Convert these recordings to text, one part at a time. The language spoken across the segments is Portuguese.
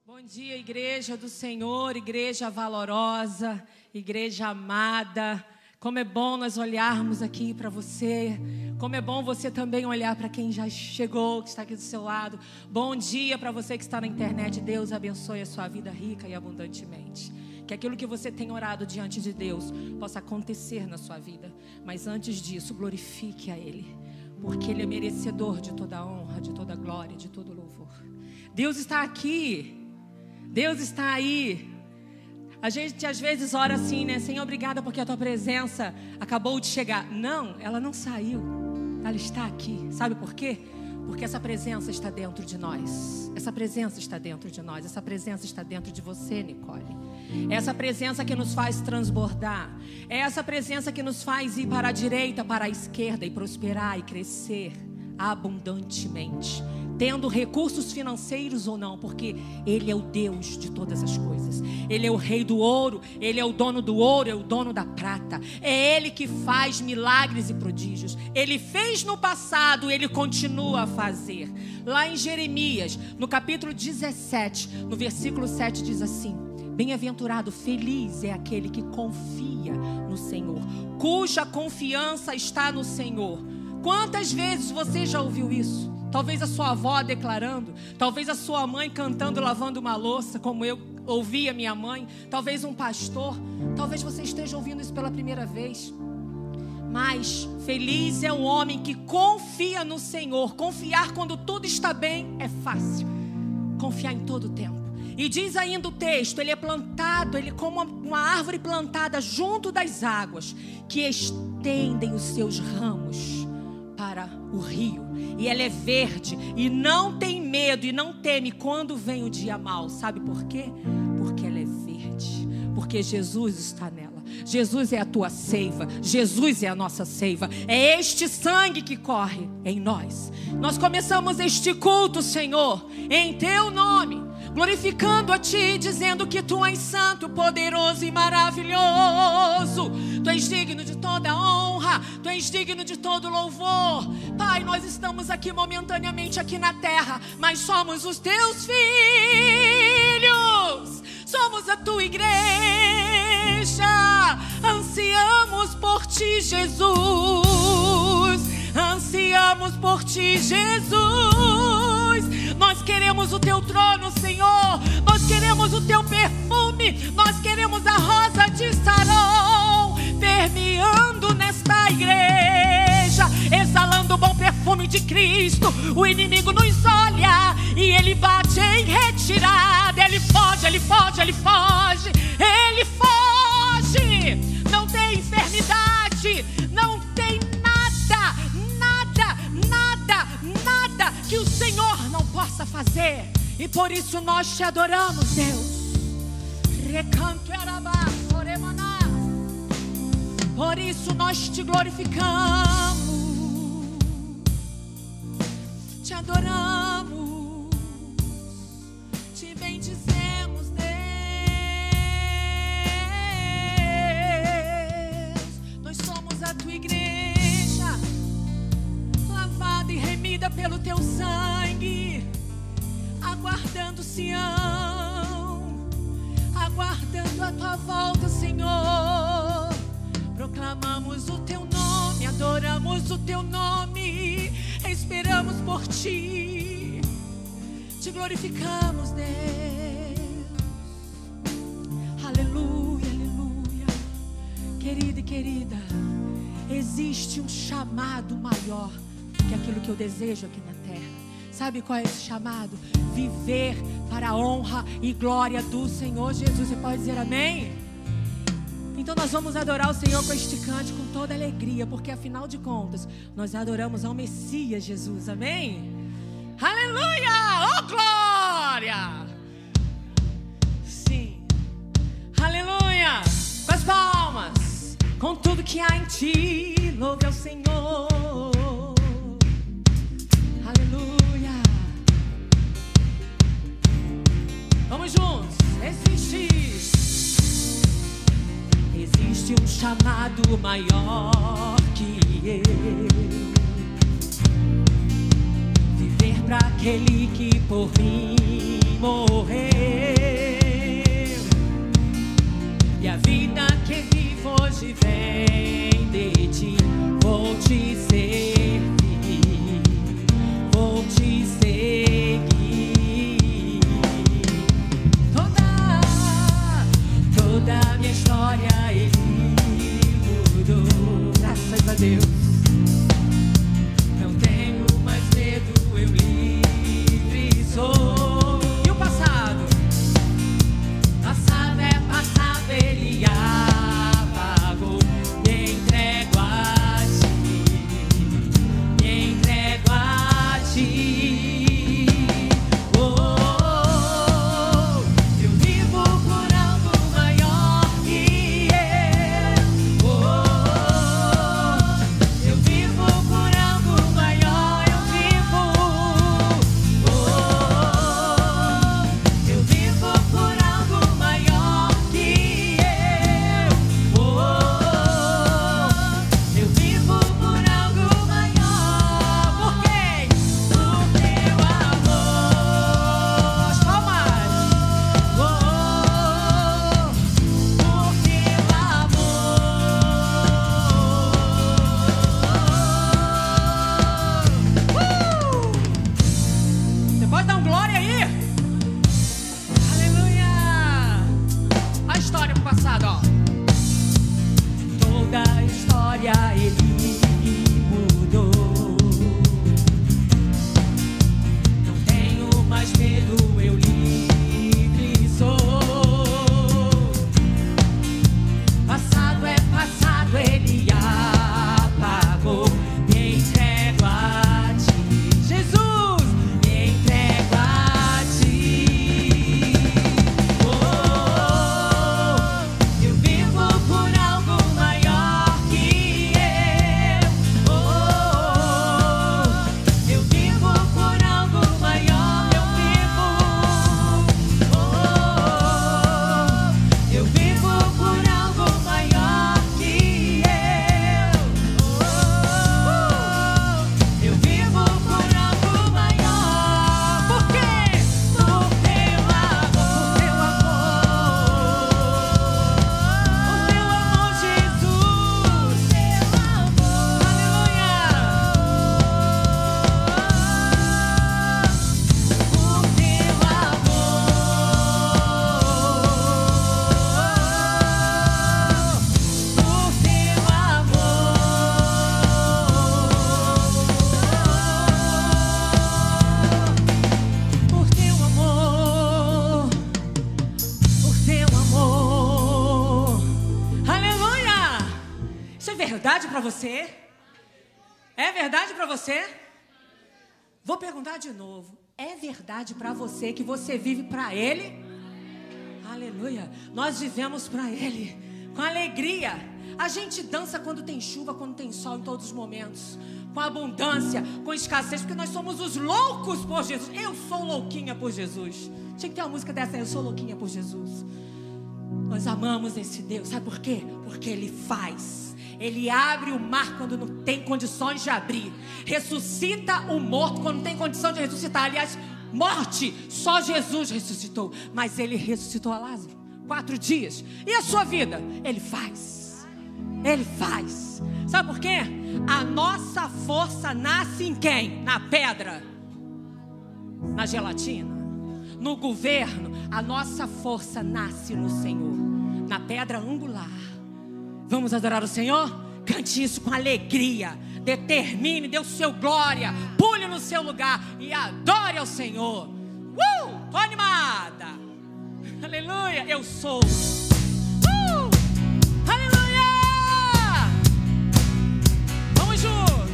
Bom dia, igreja do Senhor, igreja valorosa, igreja amada. Como é bom nós olharmos aqui para você. Como é bom você também olhar para quem já chegou, que está aqui do seu lado. Bom dia para você que está na internet. Deus abençoe a sua vida rica e abundantemente. Que aquilo que você tem orado diante de Deus possa acontecer na sua vida. Mas antes disso, glorifique a Ele, porque Ele é merecedor de toda a honra, de toda a glória, de todo o louvor. Deus está aqui. Deus está aí. A gente às vezes ora assim, né? Senhor, obrigada porque a tua presença acabou de chegar. Não, ela não saiu. Ela está aqui. Sabe por quê? Porque essa presença está dentro de nós. Essa presença está dentro de nós. Essa presença está dentro de você, Nicole. É essa presença que nos faz transbordar. É essa presença que nos faz ir para a direita, para a esquerda e prosperar e crescer abundantemente, tendo recursos financeiros ou não, porque Ele é o Deus de todas as coisas. Ele é o Rei do ouro, Ele é o dono do ouro, é o dono da prata. É Ele que faz milagres e prodígios. Ele fez no passado, Ele continua a fazer. Lá em Jeremias, no capítulo 17, no versículo 7, diz assim: bem-aventurado, feliz é aquele que confia no Senhor, cuja confiança está no Senhor. Quantas vezes você já ouviu isso? Talvez a sua avó declarando, talvez a sua mãe cantando, lavando uma louça, como eu ouvi a minha mãe, talvez um pastor, talvez você esteja ouvindo isso pela primeira vez. Mas feliz é o homem que confia no Senhor. Confiar quando tudo está bem é fácil. Confiar em todo o tempo. E diz ainda o texto, ele é plantado, ele é como uma árvore plantada junto das águas, que estendem os seus ramos para o rio, e ela é verde, e não tem medo, e não teme quando vem o dia mau. Sabe por quê? Porque ela é verde, porque Jesus está nela. Jesus é a tua seiva, Jesus é a nossa seiva. É este sangue que corre em nós. Nós começamos este culto, Senhor, em teu nome, glorificando a Ti, dizendo que Tu és santo, poderoso e maravilhoso. Tu és digno de toda honra, Tu és digno de todo louvor. Pai, nós estamos aqui momentaneamente aqui na terra, mas somos os Teus filhos. Somos a Tua igreja. Ansiamos por Ti, Jesus. Ansiamos por Ti, Jesus. Nós queremos o Teu trono, Senhor. Nós queremos o Teu perfume. Nós queremos a rosa de Saron permeando nesta igreja, exalando o bom perfume de Cristo. O inimigo nos olha e ele bate em retirada. Ele foge, ele foge, ele foge. Ele foge. Não tem enfermidade, não tem nada, nada, nada, nada que o Senhor não possa fazer. E por isso nós Te adoramos, Deus. Recanto Arabá, Oremaná. Por isso nós Te glorificamos, Te adoramos, Te bendizemos, Deus. Nós somos a Tua igreja, lavada e remida pelo Teu sangue, aguardando Sião, aguardando a Tua volta, Senhor. Proclamamos o Teu nome, adoramos o Teu nome, esperamos por Ti, Te glorificamos, Deus. Aleluia, aleluia. Querida e querida, existe um chamado maior que aquilo que eu desejo aqui na terra. Sabe qual é esse chamado? Viver para a honra e glória do Senhor Jesus. Você pode dizer amém? Então nós vamos adorar o Senhor com este cântico com toda alegria, porque afinal de contas nós adoramos ao Messias Jesus, amém? Aleluia! Oh glória! Sim, aleluia! Com as palmas, com tudo que há em Ti, louve ao Senhor. Aleluia! Vamos juntos. Existe um chamado maior que eu. Viver para aquele que por mim morreu. E a vida que vivo hoje vem de ti. Vou te servir, vou te seguir. Toda a minha história Ele mudou. Graças a Deus. Não tenho mais medo, eu livre sou. E o passado? Passado é passado, Ele apagou. Me entrego a ti, me entrego a ti. Eu vivo por algo maior que eu. Eu vivo por algo maior, eu vivo. Eu vivo por algo maior que eu. Eu vivo por algo maior. Por quê? Por teu amor. As palmas. Por teu amor. Você pode dar um glória aí? Aleluia! A história pro passado, ó. Toda a história Ele mudou. Não tenho mais medo, eu livre sou. Passado é passado, Ele apagou. Me entrego a ti, Jesus. Me entrego a ti. Eu vivo por algo maior que eu. Eu vivo por algo maior, eu vivo. Eu vivo por algo maior que eu. Eu vivo por algo maior. Por quê? Por teu amor, por teu amor. Por teu amor, Jesus. Teu amor. Aleluia. Por teu amor. Por teu amor. Por teu amor. Aleluia. Isso é verdade para você? É verdade para você? Vou perguntar de novo. É verdade para você que você vive para Ele? Aleluia. Nós vivemos para Ele com alegria. A gente dança quando tem chuva, quando tem sol, em todos os momentos. Com abundância, com escassez, porque nós somos os loucos por Jesus. Eu sou louquinha por Jesus. Tinha que ter uma música dessa, eu sou louquinha por Jesus. Nós amamos esse Deus, sabe por quê? Porque Ele faz. Ele abre o mar quando não tem condições de abrir. Ressuscita o morto quando não tem condição de ressuscitar. Aliás, morte, só Jesus ressuscitou. Mas Ele ressuscitou a Lázaro 4 dias. E a sua vida? Ele faz. Ele faz. Sabe por quê? A nossa força nasce em quem? Na pedra. Na gelatina. No governo. A nossa força nasce no Senhor. Na pedra angular. Vamos adorar o Senhor? Cante isso com alegria. Determine, dê o seu glória. Pule no seu lugar e adore ao Senhor. Tô animada. Aleluia. Eu sou. Aleluia. Vamos juntos.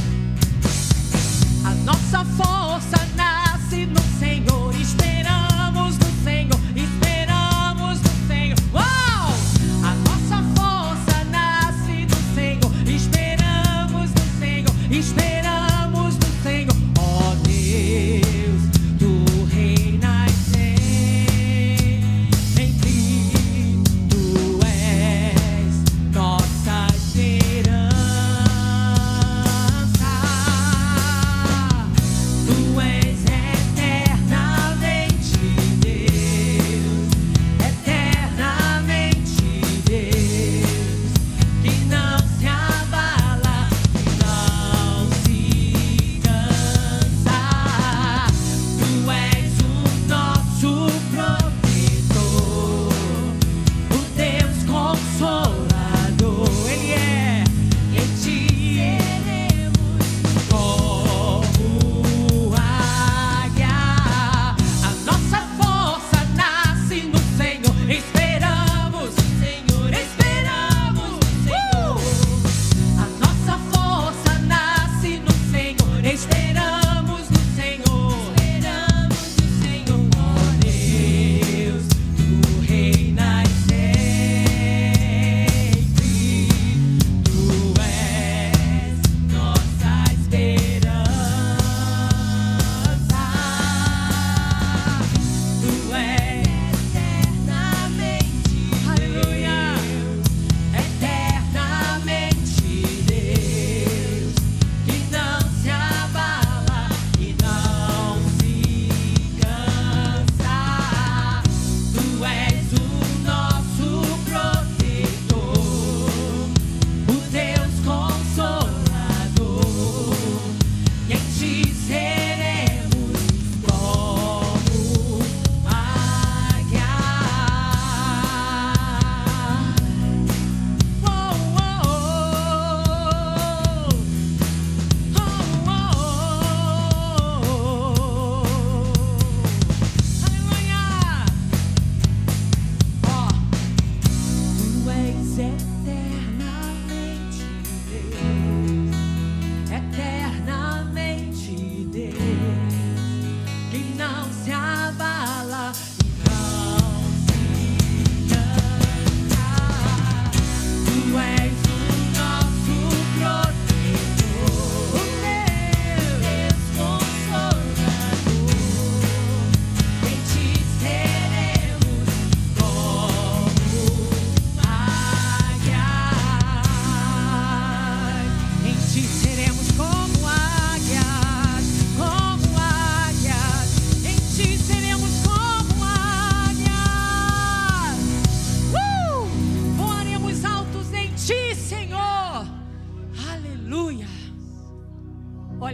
A nossa força nasce no Senhor. Esperamos no Senhor. Esperamos no Senhor. Uau! A nossa força nasce no Senhor. Esperamos no Senhor. Esperamos no Senhor. Ó Deus, Tu reinas sempre.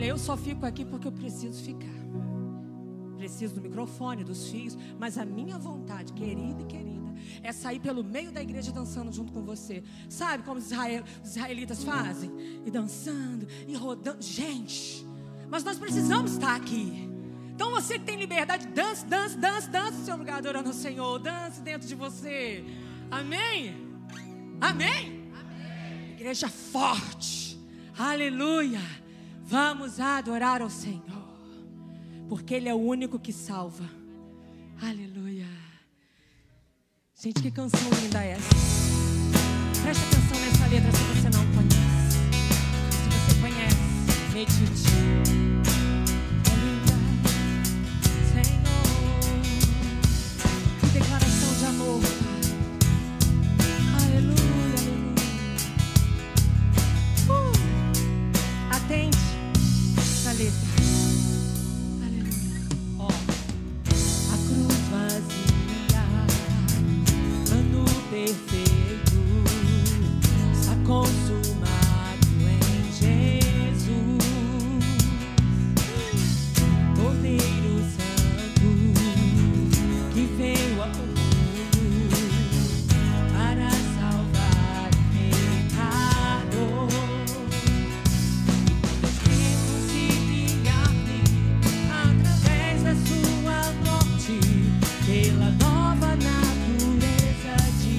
olha, eu só fico aqui porque eu preciso ficar. Preciso do microfone, dos fios, mas a minha vontade, querida e querida, é sair pelo meio da igreja dançando junto com você. Sabe como os israelitas fazem? E dançando, e rodando. Gente, mas nós precisamos estar aqui. Então você que tem liberdade, dance, dance, dance, dance no seu lugar adorando ao Senhor. Dance dentro de você. Amém? Amém? Amém. Igreja forte. Aleluia. Vamos adorar ao Senhor, porque Ele é o único que salva. Aleluia. Gente, que canção linda é essa? Presta atenção nessa letra se você não conhece. Se você conhece, medite. É linda, Senhor. Que declaração de amor. Aleluia, aleluia. Atende essa letra. Perfeito, está consumado em Jesus, Cordeiro Santo, que veio ao mundo para salvar o pecador, reconciliar-me através da sua morte, pela nova natureza de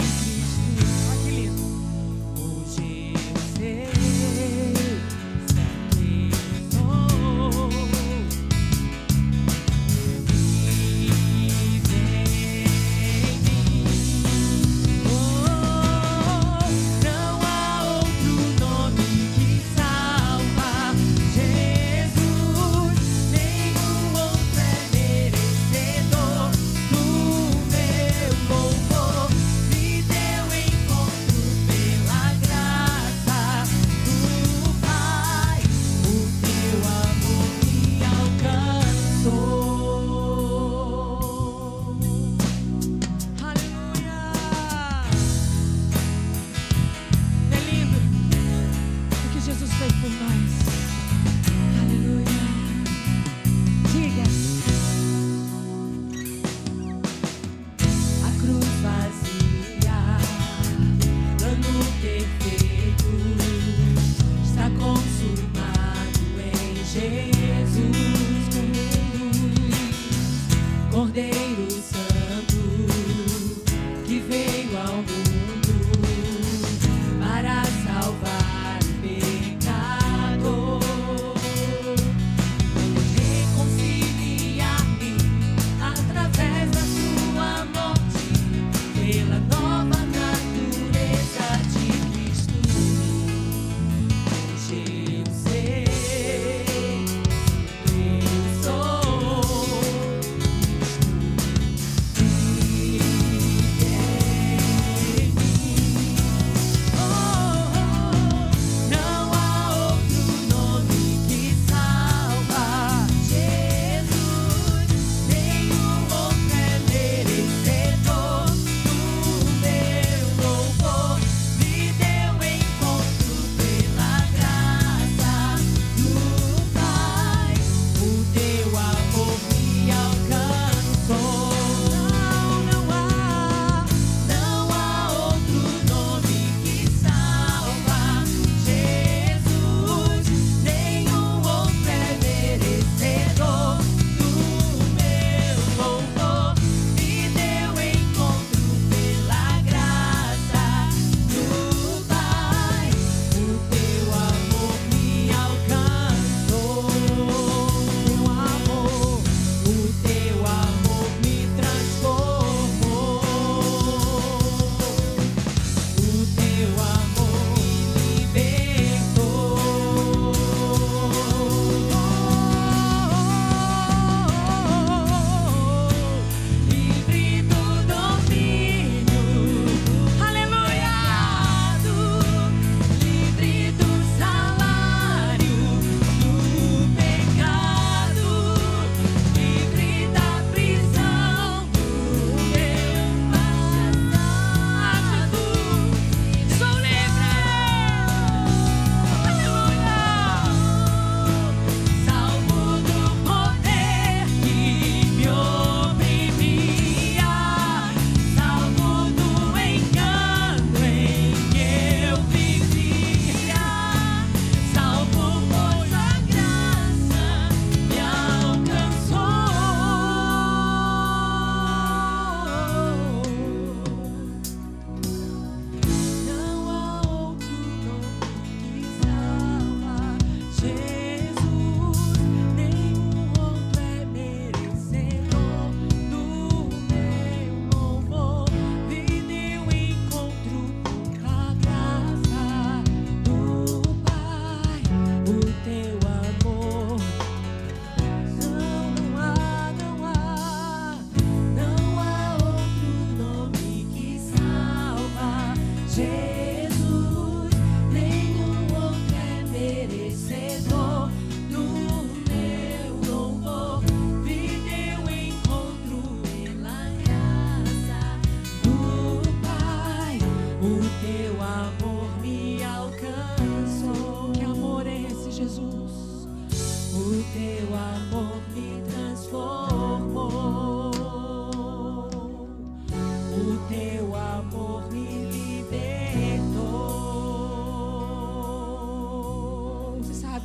Cordeiro Santo, que veio ao mundo para salvar o pecador, reconciliar-me através da sua morte, pela nova natureza de Cristo. Eu sei, eu sou.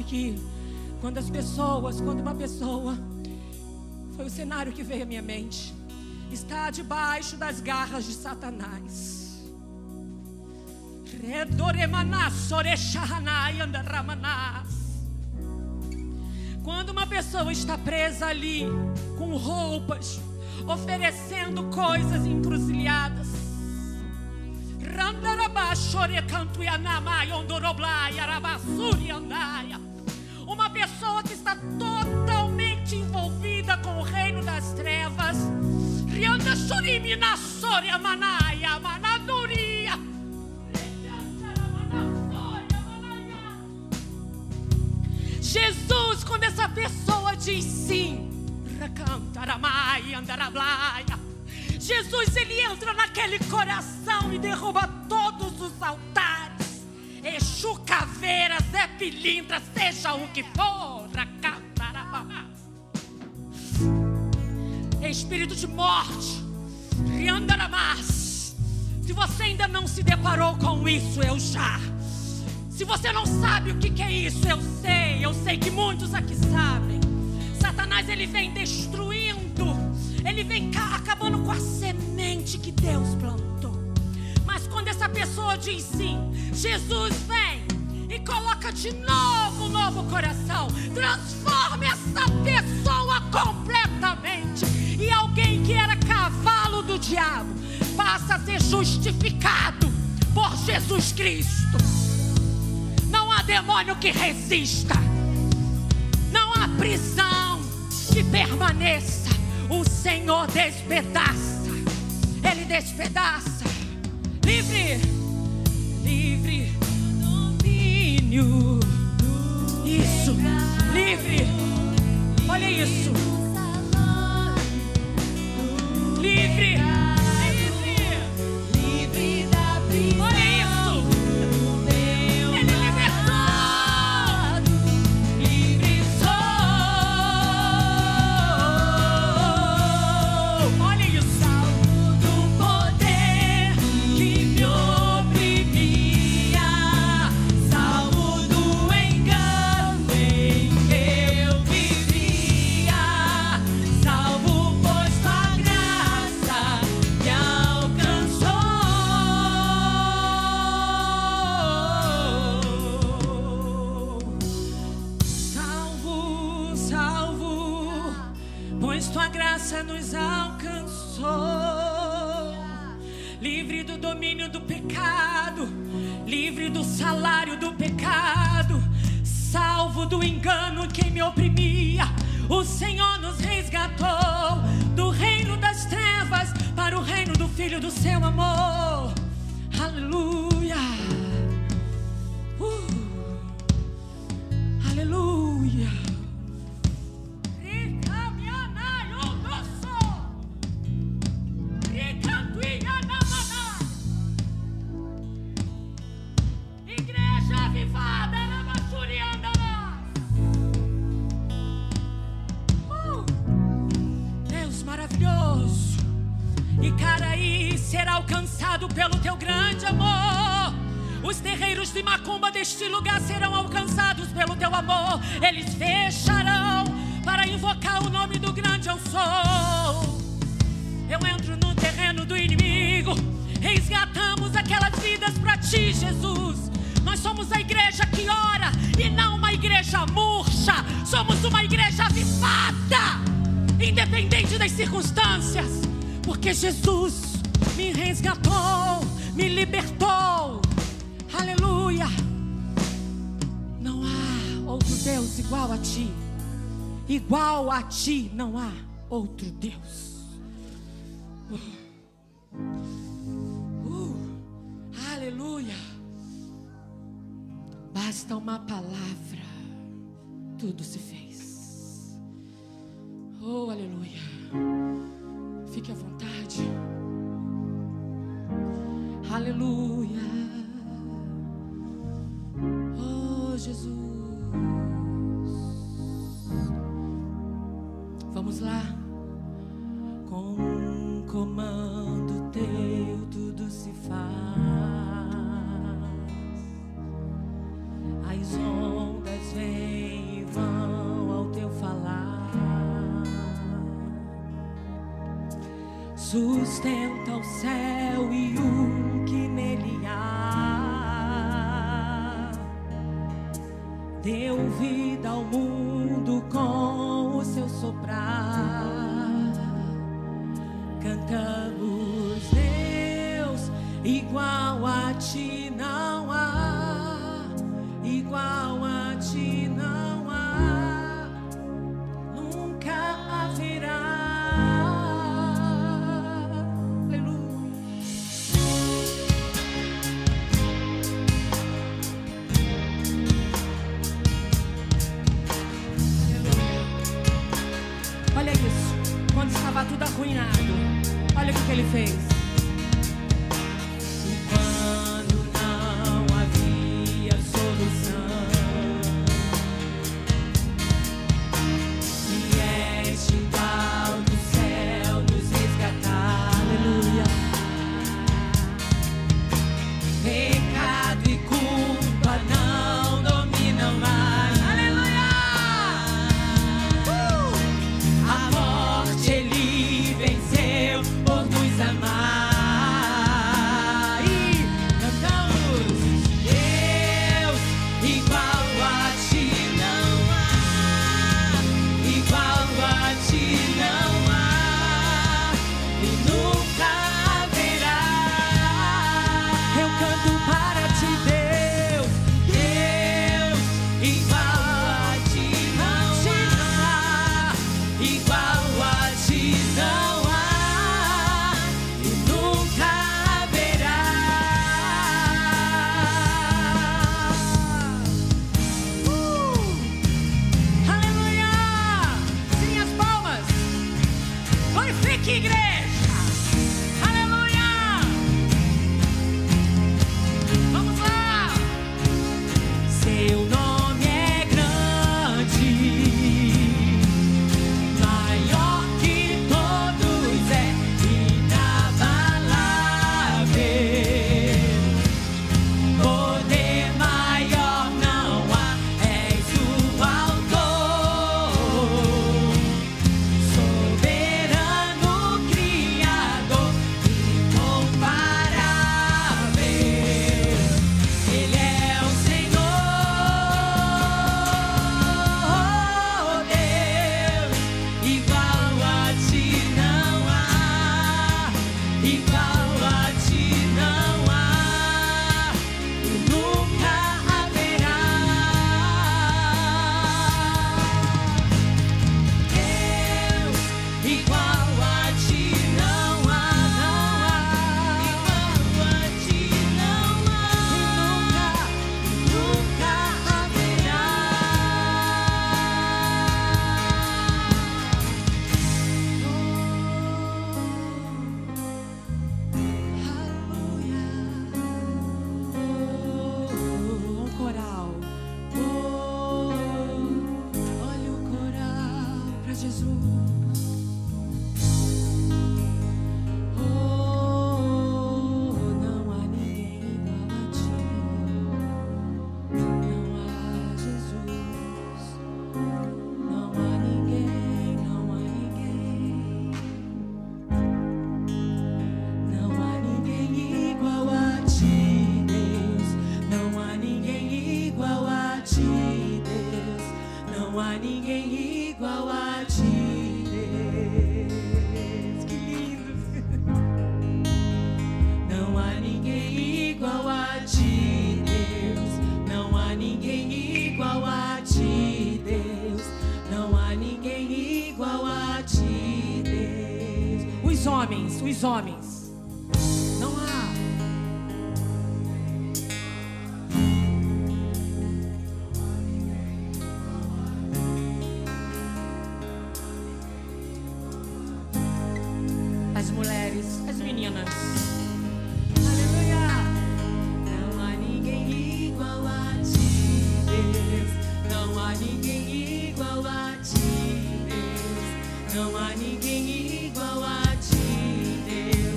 que quando uma pessoa, foi o cenário que veio à minha mente, está debaixo das garras de Satanás. Quando uma pessoa está presa ali, com roupas, oferecendo coisas encruzilhadas, uma pessoa que está totalmente envolvida com o reino das trevas, Jesus, quando essa pessoa diz sim, Jesus, ele entra naquele coração e derruba todos os altares. Exu, caveira, Zé Pilintra, seja o que for, espírito de morte, se você ainda não se deparou com isso, eu já. Se você não sabe o que é isso, eu sei que muitos aqui sabem. Satanás, ele vem destruindo, ele vem acabando com a semente que Deus plantou. Mas quando essa pessoa diz sim, Jesus vem e coloca de novo um novo coração, transforma essa pessoa completamente, e alguém que era cavalo do diabo passa a ser justificado por Jesus Cristo. Não há demônio que resista, não há prisão que permaneça. O Senhor despedaça, Ele despedaça. Livre, livre domínio. Isso, livre. Olha isso. Livre, livre, livre da prisão. Olha isso. Ele libertou. Livre sou. Olha isso. Salvo do poder que me oprimia, salvo do engano em que eu vivia, salvo pois tua graça me alcançou. Salvo, salvo, pois tua graça nos alcançou. Livre do domínio do pecado, livre do salário do pecado, salvo do engano que me oprimia. O Senhor nos resgatou do reino das trevas para o reino do Filho do seu amor. Aleluia. Aleluia. Igreja avivada, Deus maravilhoso. E Caraí será alcançado pelo teu grande amor. Os terreiros de macumba deste lugar serão alcançados pelo teu amor. Eles fecharão para invocar o nome do grande eu sou. Eu entro no terreno do inimigo, resgatamos aquelas vidas para ti, Jesus. Nós somos a igreja que ora e não uma igreja murcha. Somos uma igreja avivada, independente das circunstâncias, porque Jesus me resgatou, me libertou. Aleluia. Não há outro Deus igual a ti. Igual a ti não há outro Deus. Aleluia. Basta uma palavra, tudo se fez. Oh, aleluia. Fique à vontade. Aleluia. Oh, Jesus. Vamos lá. Com um comando teu tudo se faz. As ondas vêm sustenta o céu e o que nele há. Deu vida ao mundo com o seu soprar. Cantamos, Deus, igual a ti não há, igual a ti não há, nunca haverá. Olha isso, quando estava tudo arruinado, olha o que ele fez. E quando não havia solução, vieste igual do céu nos resgatar. Aleluia. Pecado e culpa não dominam mais. Aleluia. A morte ele venceu por nos amar. E cantamos, Deus, igual a ti não há, igual a ti não há, e nunca haverá. Eu canto para ti, Deus, Deus, igual a ti não há, igual a ti não há, e nunca haverá. Aleluia! Sim, as palmas. Glorifique, igreja. Aleluia! Vamos lá. Seu nome é grande, maior que todos, é inabalável. Poder maior não há, és o autor, soberano, criador, incomparável. Ele é o Senhor, Deus, igual a ti não há, igual a ti não há, e nunca haverá. Deus, igual a ti não há, igual a ti não há, e nunca haverá. Aleluia. Um coral. Olha o coral para Jesus. Não há ninguém igual a ti. Não há Jesus. Não há ninguém, não há ninguém. Não há ninguém igual a ti, Deus. Não há ninguém igual a ti, Deus. Não há ninguém igual a ti, Deus. Que lindo! Não há ninguém igual a ti, Deus. Não há ninguém igual a ti, Deus. Não há ninguém igual a ti, Deus. Os homens, não há. As mulheres, as meninas. Aleluia! Não há ninguém igual a ti, Deus. Não há ninguém igual a ti, Deus. Não há ninguém igual a ti, Deus.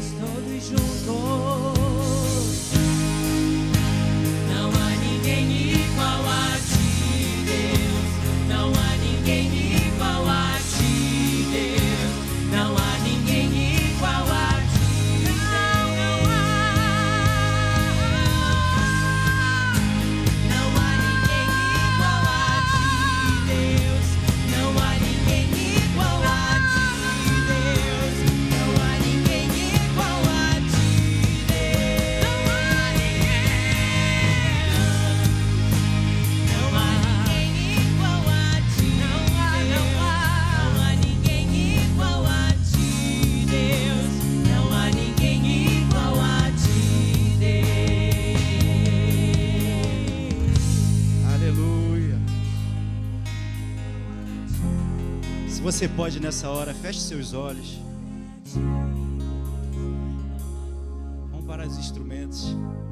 você pode nessa hora, feche seus olhos. Vamos para os instrumentos.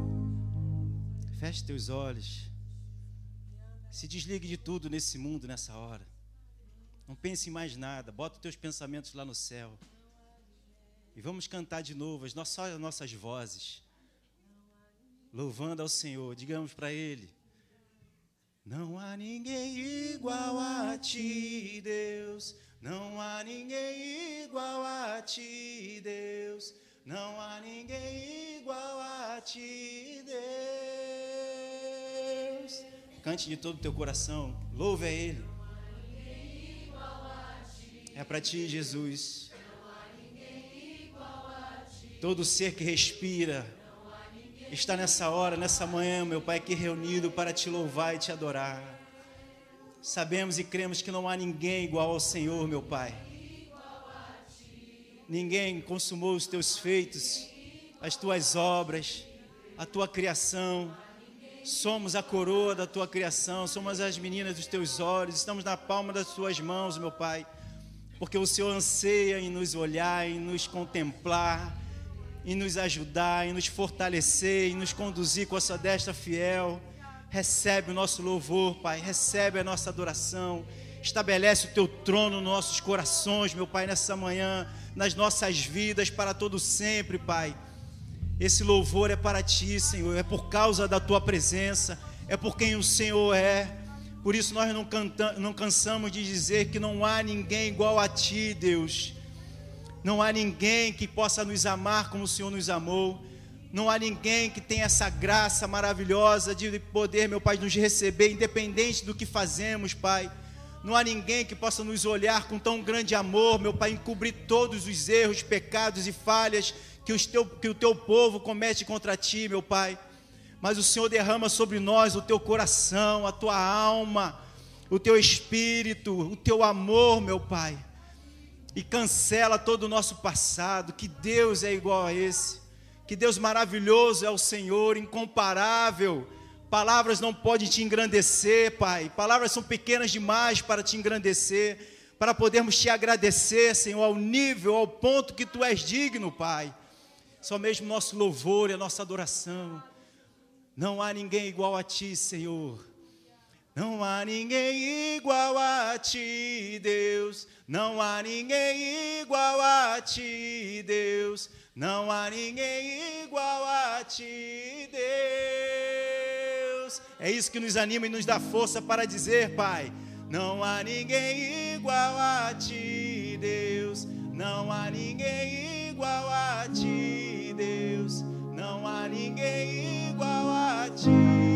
Feche teus olhos. Se desligue de tudo nesse mundo, nessa hora. Não pense em mais nada. Bota os teus pensamentos lá no céu. E vamos cantar de novo, só as nossas vozes. Louvando ao Senhor. Digamos para Ele: não há ninguém igual a Ti, Deus. Não há ninguém igual a Ti, Deus. Não há ninguém igual a Ti, Deus. Cante de todo o teu coração. Louve a Ele. É para Ti, Jesus. Todo ser que respira está nessa hora, nessa manhã, meu Pai, aqui reunido para Te louvar e Te adorar. Sabemos e cremos que não há ninguém igual ao Senhor, meu Pai. Ninguém consumou os Teus feitos, as Tuas obras, a Tua criação. Somos a coroa da Tua criação, somos as meninas dos Teus olhos, estamos na palma das Tuas mãos, meu Pai, porque o Senhor anseia em nos olhar, em nos contemplar, em nos ajudar, em nos fortalecer, em nos conduzir com a Sua destra fiel. Recebe o nosso louvor, Pai, recebe a nossa adoração. Estabelece o Teu trono nos nossos corações, meu Pai, nessa manhã, nas nossas vidas, para todo sempre, Pai. Esse louvor é para Ti, Senhor, é por causa da Tua presença, é por quem o Senhor é. Por isso nós não cansamos de dizer que não há ninguém igual a Ti, Deus. Não há ninguém que possa nos amar como o Senhor nos amou. Não há ninguém que tenha essa graça maravilhosa de poder, meu Pai, nos receber, independente do que fazemos, Pai. Não há ninguém que possa nos olhar com tão grande amor, meu Pai, encobrir todos os erros, pecados e falhas que o Teu povo comete contra Ti, meu Pai. Mas o Senhor derrama sobre nós o Teu coração, a Tua alma, o Teu espírito, o Teu amor, meu Pai. E cancela todo o nosso passado. Que Deus é igual a esse. Que Deus maravilhoso é o Senhor, incomparável. Palavras não podem Te engrandecer, Pai. Palavras são pequenas demais para Te engrandecer, para podermos Te agradecer, Senhor, ao nível, ao ponto que Tu és digno, Pai. Só mesmo nosso louvor e a nossa adoração. Não há ninguém igual a Ti, Senhor. Não há ninguém igual a Ti, Deus. Não há ninguém igual a Ti, Deus. Não há ninguém igual a Ti, Deus. É isso que nos anima e nos dá força para dizer, Pai: não há ninguém igual a Ti, Deus. Não há ninguém igual a Ti, Deus. Não há ninguém igual a Ti,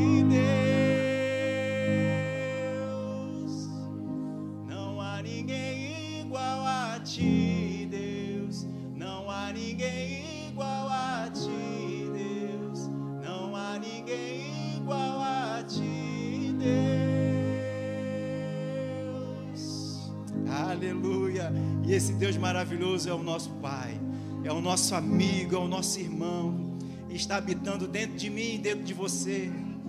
Deus. Não há ninguém igual a Ti, Deus. Não há ninguém igual a Ti, Deus. Não há ninguém igual a Ti, Deus. Aleluia. E esse Deus maravilhoso é o nosso Pai, é o nosso amigo, é o nosso irmão. E está habitando dentro de mim e dentro de você,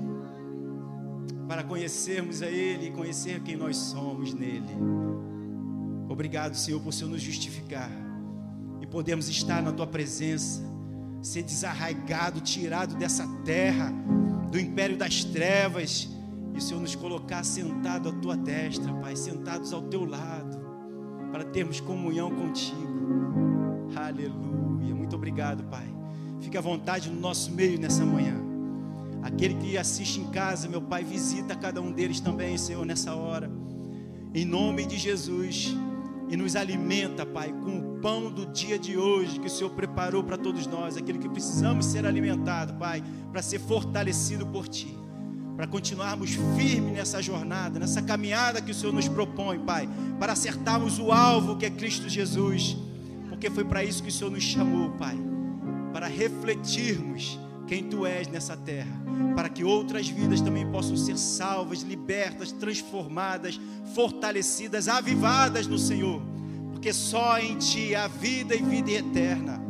para conhecermos a Ele e conhecer quem nós somos nele. Obrigado, Senhor, por o Senhor nos justificar e podermos estar na Tua presença, ser desarraigado, tirado dessa terra, do império das trevas, e o Senhor nos colocar sentado à Tua destra, Pai, sentados ao Teu lado, para termos comunhão contigo. Aleluia. Muito obrigado, Pai. Fique à vontade no nosso meio nessa manhã. Aquele que assiste em casa, meu Pai, visita cada um deles também, Senhor, nessa hora, em nome de Jesus. E nos alimenta, Pai, com o pão do dia de hoje que o Senhor preparou para todos nós, aquele que precisamos ser alimentados, Pai, para ser fortalecido por Ti, para continuarmos firmes nessa jornada, nessa caminhada que o Senhor nos propõe, Pai, para acertarmos o alvo que é Cristo Jesus, porque foi para isso que o Senhor nos chamou, Pai, para refletirmos quem Tu és nessa terra, para que outras vidas também possam ser salvas, libertas, transformadas, fortalecidas, avivadas no Senhor, porque só em Ti há vida e vida eterna.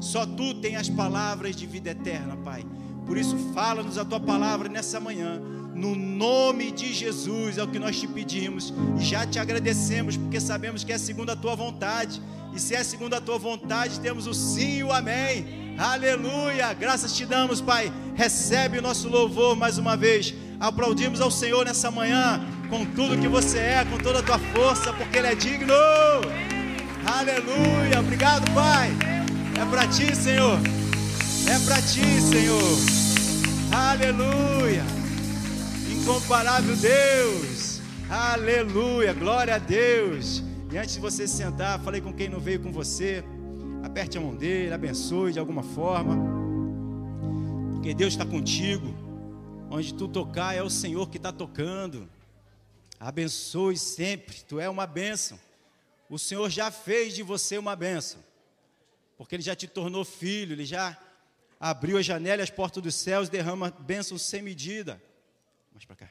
Só Tu tem as palavras de vida eterna, Pai. Por isso, fala-nos a Tua palavra nessa manhã. No nome de Jesus é o que nós te pedimos. E já te agradecemos, porque sabemos que é segundo a Tua vontade. E se é segundo a Tua vontade, temos o sim e o amém. Aleluia! Graças te damos, Pai. Recebe o nosso louvor mais uma vez. Aplaudimos ao Senhor nessa manhã, com tudo que você é, com toda a Tua força, porque Ele é digno. Aleluia! Obrigado, Pai. É para Ti, Senhor. É para Ti, Senhor. Aleluia! Incomparável Deus. Aleluia! Glória a Deus. E antes de você se sentar, falei com quem não veio com você. Aperte a mão dele, abençoe de alguma forma. Porque Deus está contigo. Onde tu tocar é o Senhor que está tocando. Abençoe sempre. Tu é uma bênção. O Senhor já fez de você uma bênção. Porque Ele já te tornou filho. Ele já abriu a janela e as portas dos céus. Derrama bênçãos sem medida. Mais para cá.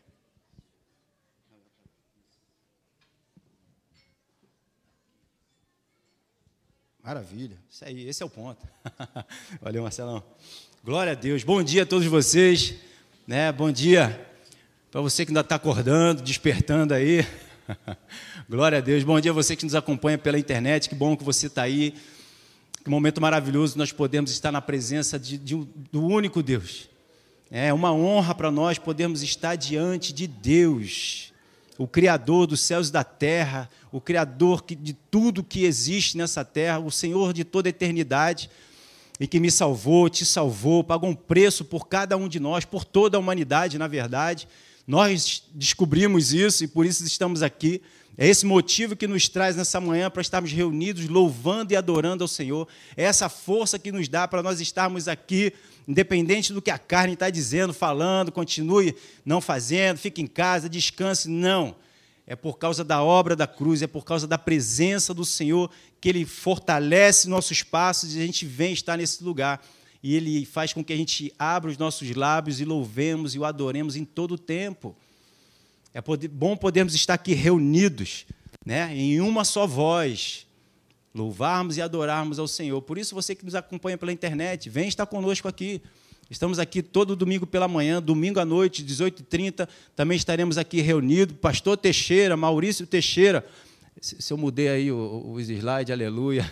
Maravilha, isso aí, esse é o ponto. Valeu, Marcelão. Glória a Deus. Bom dia a todos vocês, né? Bom dia para você que ainda está acordando, despertando aí. Glória a Deus. Bom dia a você que nos acompanha pela internet. Que bom que você está aí. Que momento maravilhoso nós podemos estar na presença do único Deus. É uma honra para nós podermos estar diante de Deus, o Criador dos céus e da terra, o Criador de tudo que existe nessa terra, o Senhor de toda a eternidade, e que me salvou, te salvou, pagou um preço por cada um de nós, por toda a humanidade, na verdade. Nós descobrimos isso e por isso estamos aqui. É esse motivo que nos traz nessa manhã para estarmos reunidos, louvando e adorando ao Senhor. É essa força que nos dá para nós estarmos aqui, independente do que a carne está dizendo, falando, continue não fazendo, fique em casa, descanse. Não. É por causa da obra da cruz, é por causa da presença do Senhor que Ele fortalece nossos passos e a gente vem estar nesse lugar. E Ele faz com que a gente abra os nossos lábios e louvemos e o adoremos em todo o tempo. É bom podermos estar aqui reunidos, né, em uma só voz, louvarmos e adorarmos ao Senhor. Por isso, você que nos acompanha pela internet, vem estar conosco aqui. Estamos aqui todo domingo pela manhã, domingo à noite, 18h30, também estaremos aqui reunidos. Pastor Teixeira, Maurício Teixeira. Se eu mudei aí os slides, aleluia.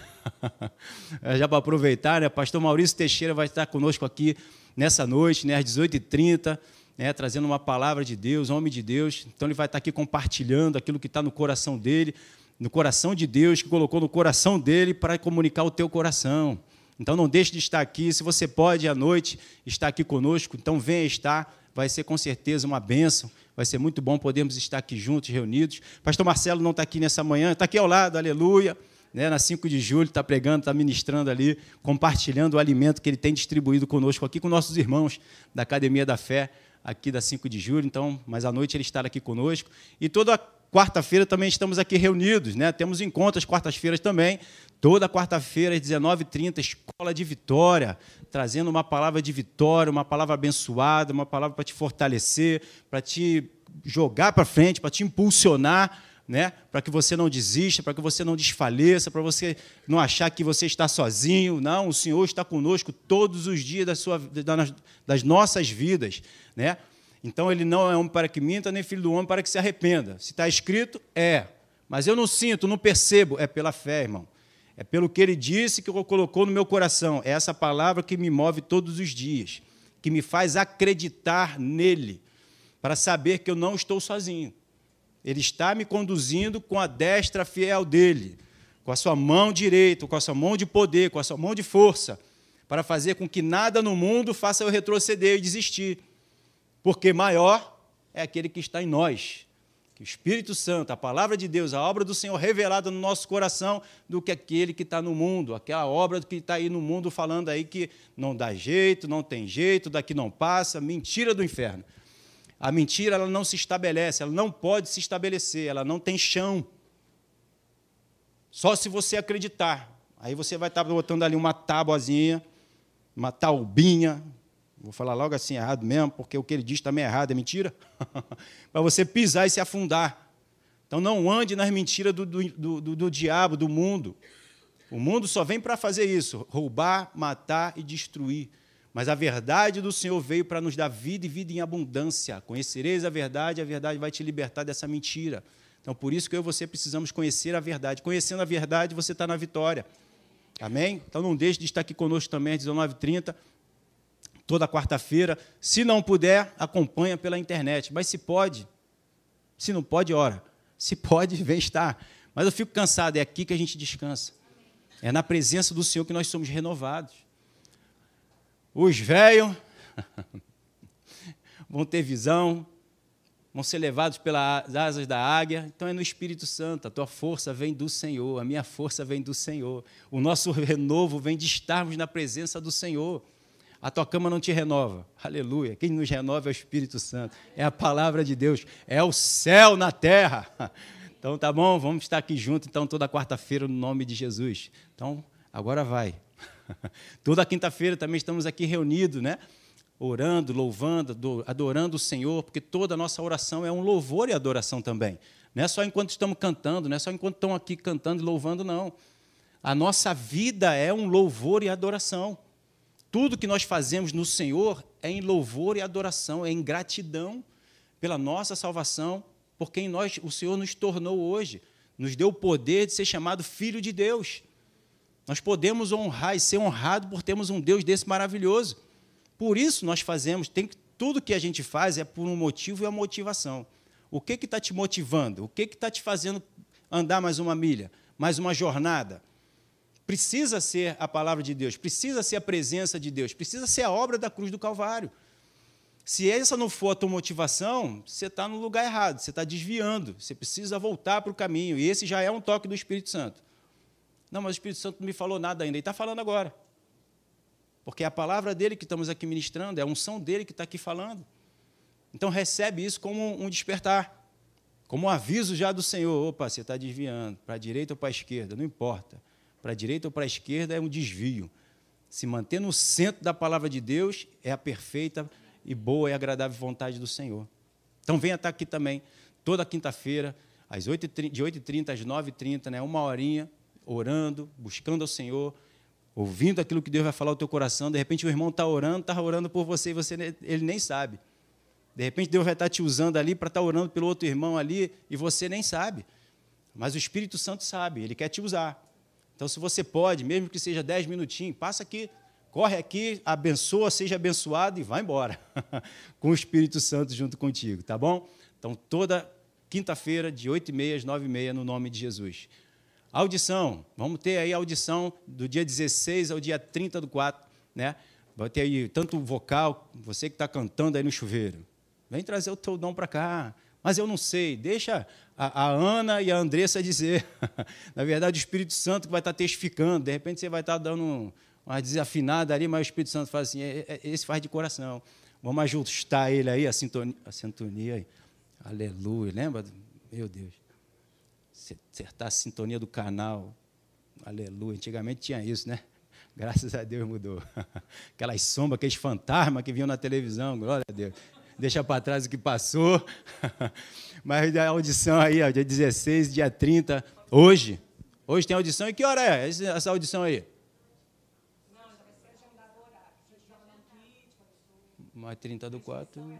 Já para aproveitar, né? Pastor Maurício Teixeira vai estar conosco aqui nessa noite, né, às 18h30. Trazendo uma palavra de Deus, homem de Deus. Então, ele vai estar aqui compartilhando aquilo que está no coração dele, no coração de Deus, que colocou no coração dele para comunicar o teu coração. Então, não deixe de estar aqui. Se você pode, à noite, estar aqui conosco, então venha estar. Vai ser, com certeza, uma bênção. Vai ser muito bom podermos estar aqui juntos, reunidos. Pastor Marcelo não está aqui nessa manhã, está aqui ao lado, aleluia. Na 5 de julho, está pregando, está ministrando ali, compartilhando o alimento que ele tem distribuído conosco aqui, com nossos irmãos da Academia da Fé, aqui da 5 de julho, então, mas à noite ele estará aqui conosco. E toda quarta-feira também estamos aqui reunidos, né? Temos encontros quartas-feiras também. Toda quarta-feira, às 19h30, Escola de Vitória, trazendo uma palavra de vitória, uma palavra abençoada, uma palavra para te fortalecer, para te jogar para frente, para te impulsionar, né? Para que você não desista, para que você não desfaleça, para você não achar que você está sozinho. Não, o Senhor está conosco todos os dias das nossas vidas, né? Então, Ele não é homem para que minta, nem filho do homem para que se arrependa. Se está escrito, é. Mas eu não sinto, não percebo. É pela fé, irmão. É pelo que Ele disse que colocou no meu coração. É essa palavra que me move todos os dias, que me faz acreditar nele, para saber que eu não estou sozinho. Ele está me conduzindo com a destra fiel dele, com a sua mão direita, com a sua mão de poder, com a sua mão de força, para fazer com que nada no mundo faça eu retroceder e desistir. Porque maior é aquele que está em nós, que o Espírito Santo, a palavra de Deus, a obra do Senhor revelada no nosso coração, do que aquele que está no mundo, aquela obra que está aí no mundo falando aí que não dá jeito, não tem jeito, daqui não passa, mentira do inferno. A mentira, ela não se estabelece, ela não pode se estabelecer, ela não tem chão. Só se você acreditar. Aí você vai estar botando ali uma tábuazinha, uma taubinha, vou falar logo assim errado mesmo, porque o que ele diz também é errado, é mentira, para você pisar e se afundar. Então, não ande nas mentiras do diabo, do mundo. O mundo só vem para fazer isso, roubar, matar e destruir. Mas a verdade do Senhor veio para nos dar vida e vida em abundância. Conhecereis a verdade vai te libertar dessa mentira. Então, por isso que eu e você precisamos conhecer a verdade. Conhecendo a verdade, você está na vitória. Amém? Então, não deixe de estar aqui conosco também às 19h30, toda quarta-feira. Se não puder, acompanha pela internet. Mas se pode, se não pode, ora. Se pode, vem estar. Mas eu fico cansado, é aqui que a gente descansa. É na presença do Senhor que nós somos renovados. Os velhos vão ter visão, vão ser levados pelas asas da águia. Então é no Espírito Santo, a tua força vem do Senhor, a minha força vem do Senhor. O nosso renovo vem de estarmos na presença do Senhor. A tua cama não te renova, aleluia. Quem nos renova é o Espírito Santo, é a palavra de Deus, é o céu na terra. Então tá bom, vamos estar aqui juntos então toda quarta-feira no nome de Jesus. Então agora vai. Toda quinta-feira também estamos aqui reunidos, né? Orando, louvando, adorando o Senhor, porque toda a nossa oração é um louvor e adoração também. Não é só enquanto estamos cantando, não é só enquanto estamos aqui cantando e louvando, não. A nossa vida é um louvor e adoração. Tudo que nós fazemos no Senhor é em louvor e adoração, é em gratidão pela nossa salvação, por quem o Senhor nos tornou hoje, nos deu o poder de ser chamado filho de Deus. Nós podemos honrar e ser honrados por termos um Deus desse maravilhoso. Por isso nós fazemos, tudo que a gente faz é por um motivo e uma motivação. O que está te motivando? O que está te fazendo andar mais uma milha, mais uma jornada? Precisa ser a palavra de Deus, precisa ser a presença de Deus, precisa ser a obra da cruz do Calvário. Se essa não for a tua motivação, você está no lugar errado, você está desviando, você precisa voltar para o caminho, e esse já é um toque do Espírito Santo. Não, mas o Espírito Santo não me falou nada ainda, ele está falando agora. Porque é a palavra dele que estamos aqui ministrando, é a unção dele que está aqui falando. Então, recebe isso como um despertar, como um aviso já do Senhor. Opa, você está desviando, para a direita ou para a esquerda, não importa. Para a direita ou para a esquerda é um desvio. Se manter no centro da palavra de Deus é a perfeita e boa e agradável vontade do Senhor. Então, venha estar aqui também, toda quinta-feira, de 8h30 às 9h30, né, uma horinha, orando, buscando ao Senhor, ouvindo aquilo que Deus vai falar ao teu coração. De repente, o irmão está orando por você e ele nem sabe. De repente, Deus vai estar te usando ali para estar orando pelo outro irmão ali e você nem sabe. Mas o Espírito Santo sabe, ele quer te usar. Então, se você pode, mesmo que seja 10 minutinhos, passa aqui, corre aqui, abençoa, seja abençoado e vai embora com o Espírito Santo junto contigo, tá bom? Então, toda quinta-feira, de 8h30 às 9h30, no nome de Jesus. Audição, vamos ter aí a audição do dia 16 ao dia 30/4, né? Vai ter aí tanto vocal, você que está cantando aí no chuveiro, vem trazer o teu dom para cá, mas eu não sei, deixa a Ana e a Andressa dizer. Na verdade, o Espírito Santo que vai estar testificando, de repente você vai estar dando uma desafinada ali, mas o Espírito Santo fala assim, esse faz de coração, vamos ajustar ele aí, a sintonia aí, aleluia, lembra? Meu Deus. Acertar a sintonia do canal, aleluia. Antigamente tinha isso, né? Graças a Deus mudou. Aquelas sombras, aqueles fantasmas que vinham na televisão, glória a Deus. Deixa para trás o que passou. Mas a audição aí, ó, dia 16, dia 30, hoje tem audição. E que hora é essa audição aí? Não, já vai ser agendado o horário. A gente joga no kit. Mais 30/4.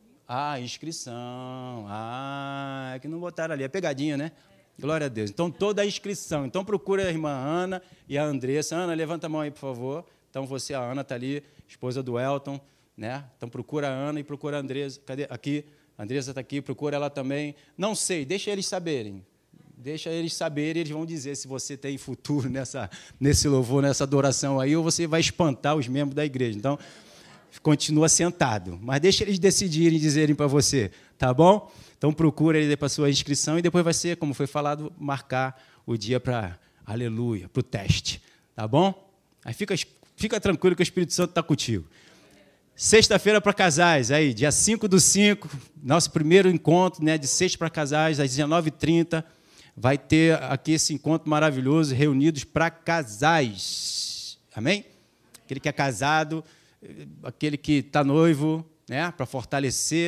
Inscrição. É que não botaram ali. É pegadinha, né? Glória a Deus. Então, toda a inscrição. Então, procura a irmã Ana e a Andressa. Ana, levanta a mão aí, por favor. Então, você, a Ana, está ali, esposa do Elton, né? Então, procura a Ana e procura a Andressa. Cadê? Aqui. A Andressa está aqui, procura ela também. Não sei, deixa eles saberem. Deixa eles saberem, eles vão dizer se você tem futuro nesse louvor, nessa adoração aí, ou você vai espantar os membros da igreja. Então, continua sentado. Mas deixa eles decidirem, dizerem para você, tá bom? Então, procura ele para a sua inscrição e depois vai ser, como foi falado, marcar o dia para, aleluia, para o teste. Tá bom? Aí fica tranquilo que o Espírito Santo está contigo. Sexta-feira para casais, aí, dia 5/5, nosso primeiro encontro, né, de sexta para casais, às 19h30, vai ter aqui esse encontro maravilhoso, reunidos para casais. Amém? Aquele que é casado, aquele que está noivo, né, para fortalecer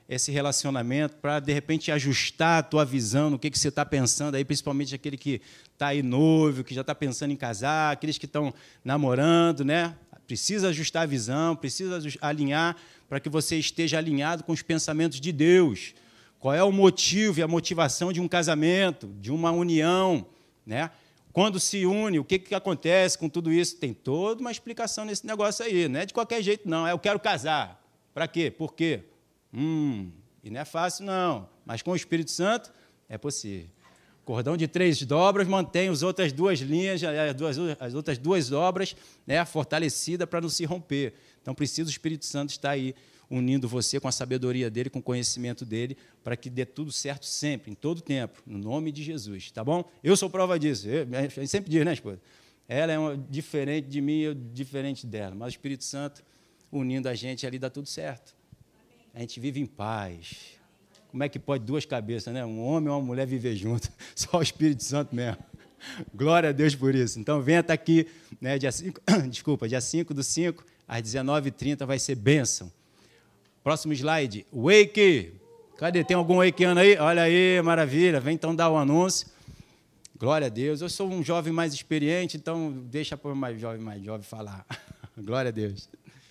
esse relacionamento, para, de repente, ajustar a tua visão no que você está pensando, aí, principalmente aquele que está aí noivo, que já está pensando em casar, aqueles que estão namorando, né? Precisa ajustar a visão, precisa alinhar para que você esteja alinhado com os pensamentos de Deus. Qual é o motivo e a motivação de um casamento, de uma união, né? Quando se une, o que acontece com tudo isso? Tem toda uma explicação nesse negócio aí. Não é de qualquer jeito, não. Eu quero casar. Para quê? Por quê? E não é fácil, não. Mas com o Espírito Santo é possível. Cordão de 3 dobras mantém as outras 2 linhas, as outras 2 dobras, né, fortalecidas para não se romper. Então, precisa o Espírito Santo estar aí, unindo você com a sabedoria dele, com o conhecimento dele, para que dê tudo certo sempre, em todo o tempo, no nome de Jesus, tá bom? Eu sou prova disso. A gente sempre diz, né, esposa? Ela é diferente de mim, eu diferente dela. Mas o Espírito Santo unindo a gente ali dá tudo certo. A gente vive em paz. Como é que pode 2 cabeças, né? Um homem e uma mulher viver junto? Só o Espírito Santo mesmo. Glória a Deus por isso. Então, venha estar aqui, né, dia 5/5, às 19h30, vai ser bênção. Próximo slide, Wake. Cadê? Tem algum wakeano aí? Olha aí, maravilha. Vem então dar o anúncio. Glória a Deus. Eu sou um jovem mais experiente, então deixa para o mais jovem falar. Glória a Deus.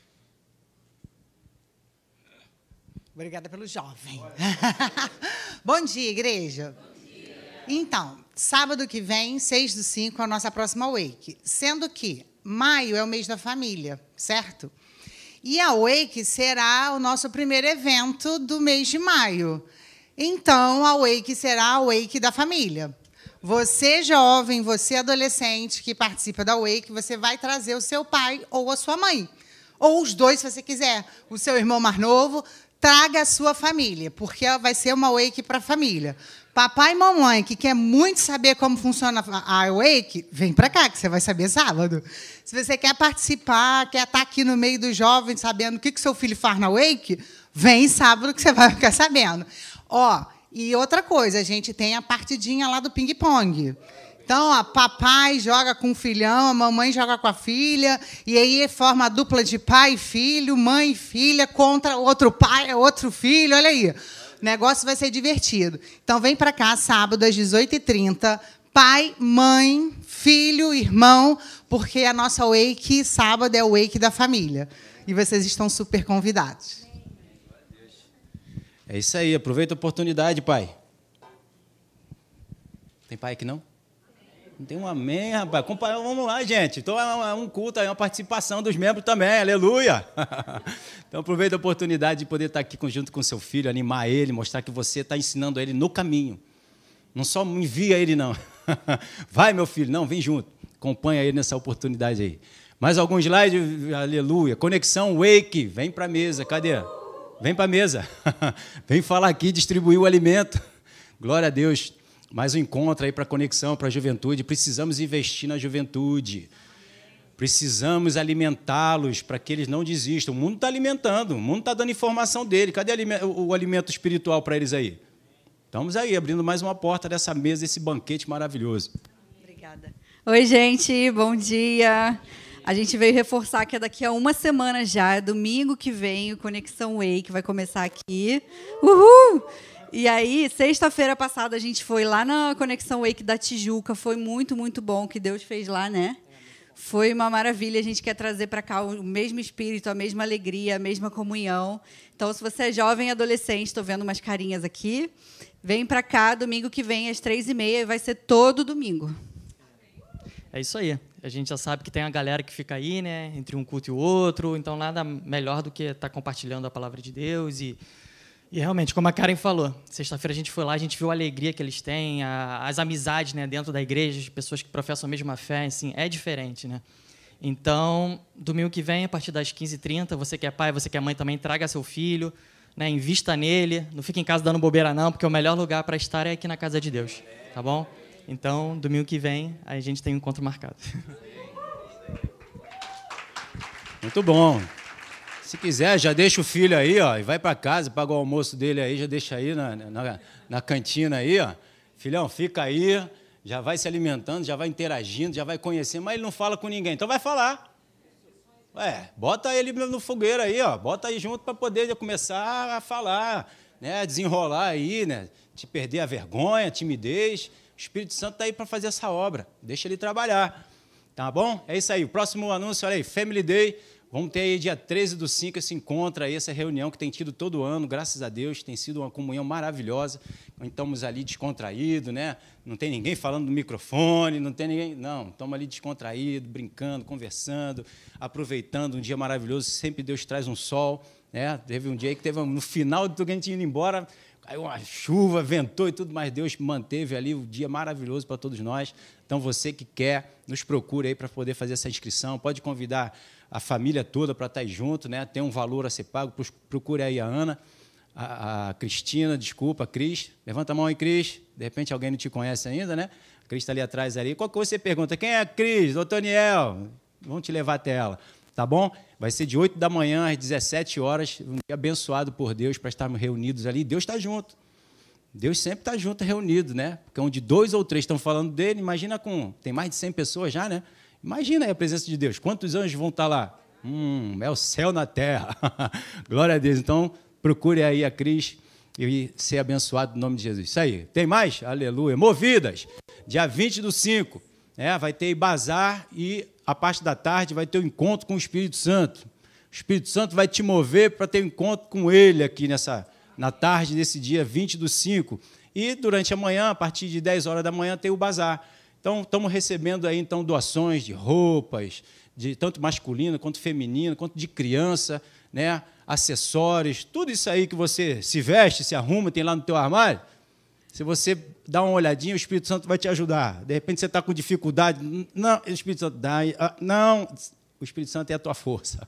Obrigada pelo jovem. Bom dia, igreja. Bom dia. Então, sábado que vem, 6/5, é a nossa próxima Wake. Sendo que maio é o mês da família, certo? E a Wake será o nosso primeiro evento do mês de maio. Então, a Wake será a Wake da família. Você, jovem, você, adolescente, que participa da Wake, você vai trazer o seu pai ou a sua mãe. Ou os dois, se você quiser. O seu irmão mais novo, traga a sua família, porque vai ser uma Wake para a família. Papai e mamãe, que quer muito saber como funciona a Wake, vem para cá, que você vai saber sábado. Se você quer participar, quer estar aqui no meio dos jovens, sabendo o que seu filho faz na Wake, vem sábado que você vai ficar sabendo. Ó, e outra coisa, a gente tem a partidinha lá do ping-pong. Então, ó, papai joga com o filhão, a mamãe joga com a filha, e aí forma a dupla de pai e filho, mãe e filha, contra outro pai, outro filho, olha aí. O negócio vai ser divertido. Então, vem para cá, sábado, às 18h30, pai, mãe, filho, irmão, porque a nossa Wake, sábado, é o Wake da família. E vocês estão super convidados. É isso aí, aproveita a oportunidade, pai. Tem pai aqui, não? Não tem um amém, rapaz. Vamos lá, gente. Então, é um culto, é uma participação dos membros também. Aleluia. Então, aproveita a oportunidade de poder estar aqui junto com seu filho, animar ele, mostrar que você está ensinando ele no caminho. Não só envia ele, não. Vai, meu filho. Não, vem junto. Acompanha ele nessa oportunidade aí. Mais algum slide? Aleluia. Conexão Wake. Vem para a mesa. Cadê? Vem para a mesa. Vem falar aqui, distribuir o alimento. Glória a Deus. Mais um encontro aí para a conexão, para a juventude. Precisamos investir na juventude. Precisamos alimentá-los para que eles não desistam. O mundo está alimentando, o mundo está dando informação dele. Cadê o alimento espiritual para eles aí? Estamos aí, abrindo mais uma porta dessa mesa, desse banquete maravilhoso. Obrigada. Oi, gente, bom dia. A gente veio reforçar que é daqui a uma semana já, é domingo que vem, o Conexão Wake vai começar aqui. Uhul! E aí, sexta-feira passada, a gente foi lá na Conexão Wake da Tijuca. Foi muito, muito bom o que Deus fez lá, né? Foi uma maravilha. A gente quer trazer para cá o mesmo espírito, a mesma alegria, a mesma comunhão. Então, se você é jovem e adolescente, estou vendo umas carinhas aqui, vem para cá domingo que vem, às 3h30, e vai ser todo domingo. É isso aí. A gente já sabe que tem a galera que fica aí, né, entre um culto e o outro. Então, nada melhor do que estar compartilhando a palavra de Deus e realmente, como a Karen falou, sexta-feira a gente foi lá, a gente viu a alegria que eles têm, as amizades, né, dentro da igreja, as pessoas que professam a mesma fé, assim, é diferente, né? Então, domingo que vem, a partir das 15h30, você que é pai, você que é mãe também, traga seu filho, né, invista nele, não fique em casa dando bobeira não, porque o melhor lugar para estar é aqui na casa de Deus, tá bom? Então, domingo que vem, a gente tem um encontro marcado. Muito bom. Se quiser, já deixa o filho aí, ó, e vai para casa, paga o almoço dele aí, já deixa aí na cantina aí, ó. Filhão, fica aí, já vai se alimentando, já vai interagindo, já vai conhecendo, mas ele não fala com ninguém, então vai falar. Bota ele no fogueiro aí, ó, bota aí junto para poder começar a falar. né, desenrolar aí, né, te perder a vergonha, a timidez. O Espírito Santo está aí para fazer essa obra. Deixa ele trabalhar. Tá bom? É isso aí. O próximo anúncio, olha aí, Family Day. Vamos ter aí dia 13/5 esse encontro aí, essa reunião que tem tido todo ano, graças a Deus, tem sido uma comunhão maravilhosa. Estamos ali descontraídos, né? Não tem ninguém falando no microfone, não tem ninguém. Não, estamos ali descontraídos, brincando, conversando, aproveitando um dia maravilhoso. Sempre Deus traz um sol, né? Teve um dia que teve, no final do que a gente indo embora, caiu uma chuva, ventou e tudo, mas Deus manteve ali o dia maravilhoso para todos nós. Então, você que quer, nos procure aí para poder fazer essa inscrição. Pode convidar a família toda para estar aí junto, né? Tem um valor a ser pago. Procure aí a Ana, a Cristina, desculpa, a Cris. Levanta a mão aí, Cris. De repente alguém não te conhece ainda, né? A Cris está ali atrás ali. Qual que você pergunta? Quem é a Cris? Ô, Toniel. Vamos te levar até ela, tá bom? Vai ser de 8 da manhã às 17 horas, um dia abençoado por Deus para estarmos reunidos ali. Deus está junto. Deus sempre está junto, reunido, né? Porque onde 2 ou 3 estão falando dele, imagina tem mais de 100 pessoas já, né? Imagina aí a presença de Deus. Quantos anjos vão estar lá? É o céu na terra. Glória a Deus. Então, procure aí a Cris e ser abençoado no nome de Jesus. Isso aí. Tem mais? Aleluia. Movidas. Dia 20/5. Vai ter bazar e a parte da tarde vai ter o encontro com o Espírito Santo. O Espírito Santo vai te mover para ter um encontro com ele aqui na tarde desse dia 20/5. E durante a manhã, a partir de 10 horas da manhã, tem o bazar. Então, estamos recebendo aí doações de roupas, de tanto masculino quanto feminino, quanto de criança, né? Acessórios, tudo isso aí que você se veste, se arruma, tem lá no teu armário. Se você dá uma olhadinha, o Espírito Santo vai te ajudar. De repente você está com dificuldade. Não, o Espírito Santo dá. Não, o Espírito Santo é a tua força.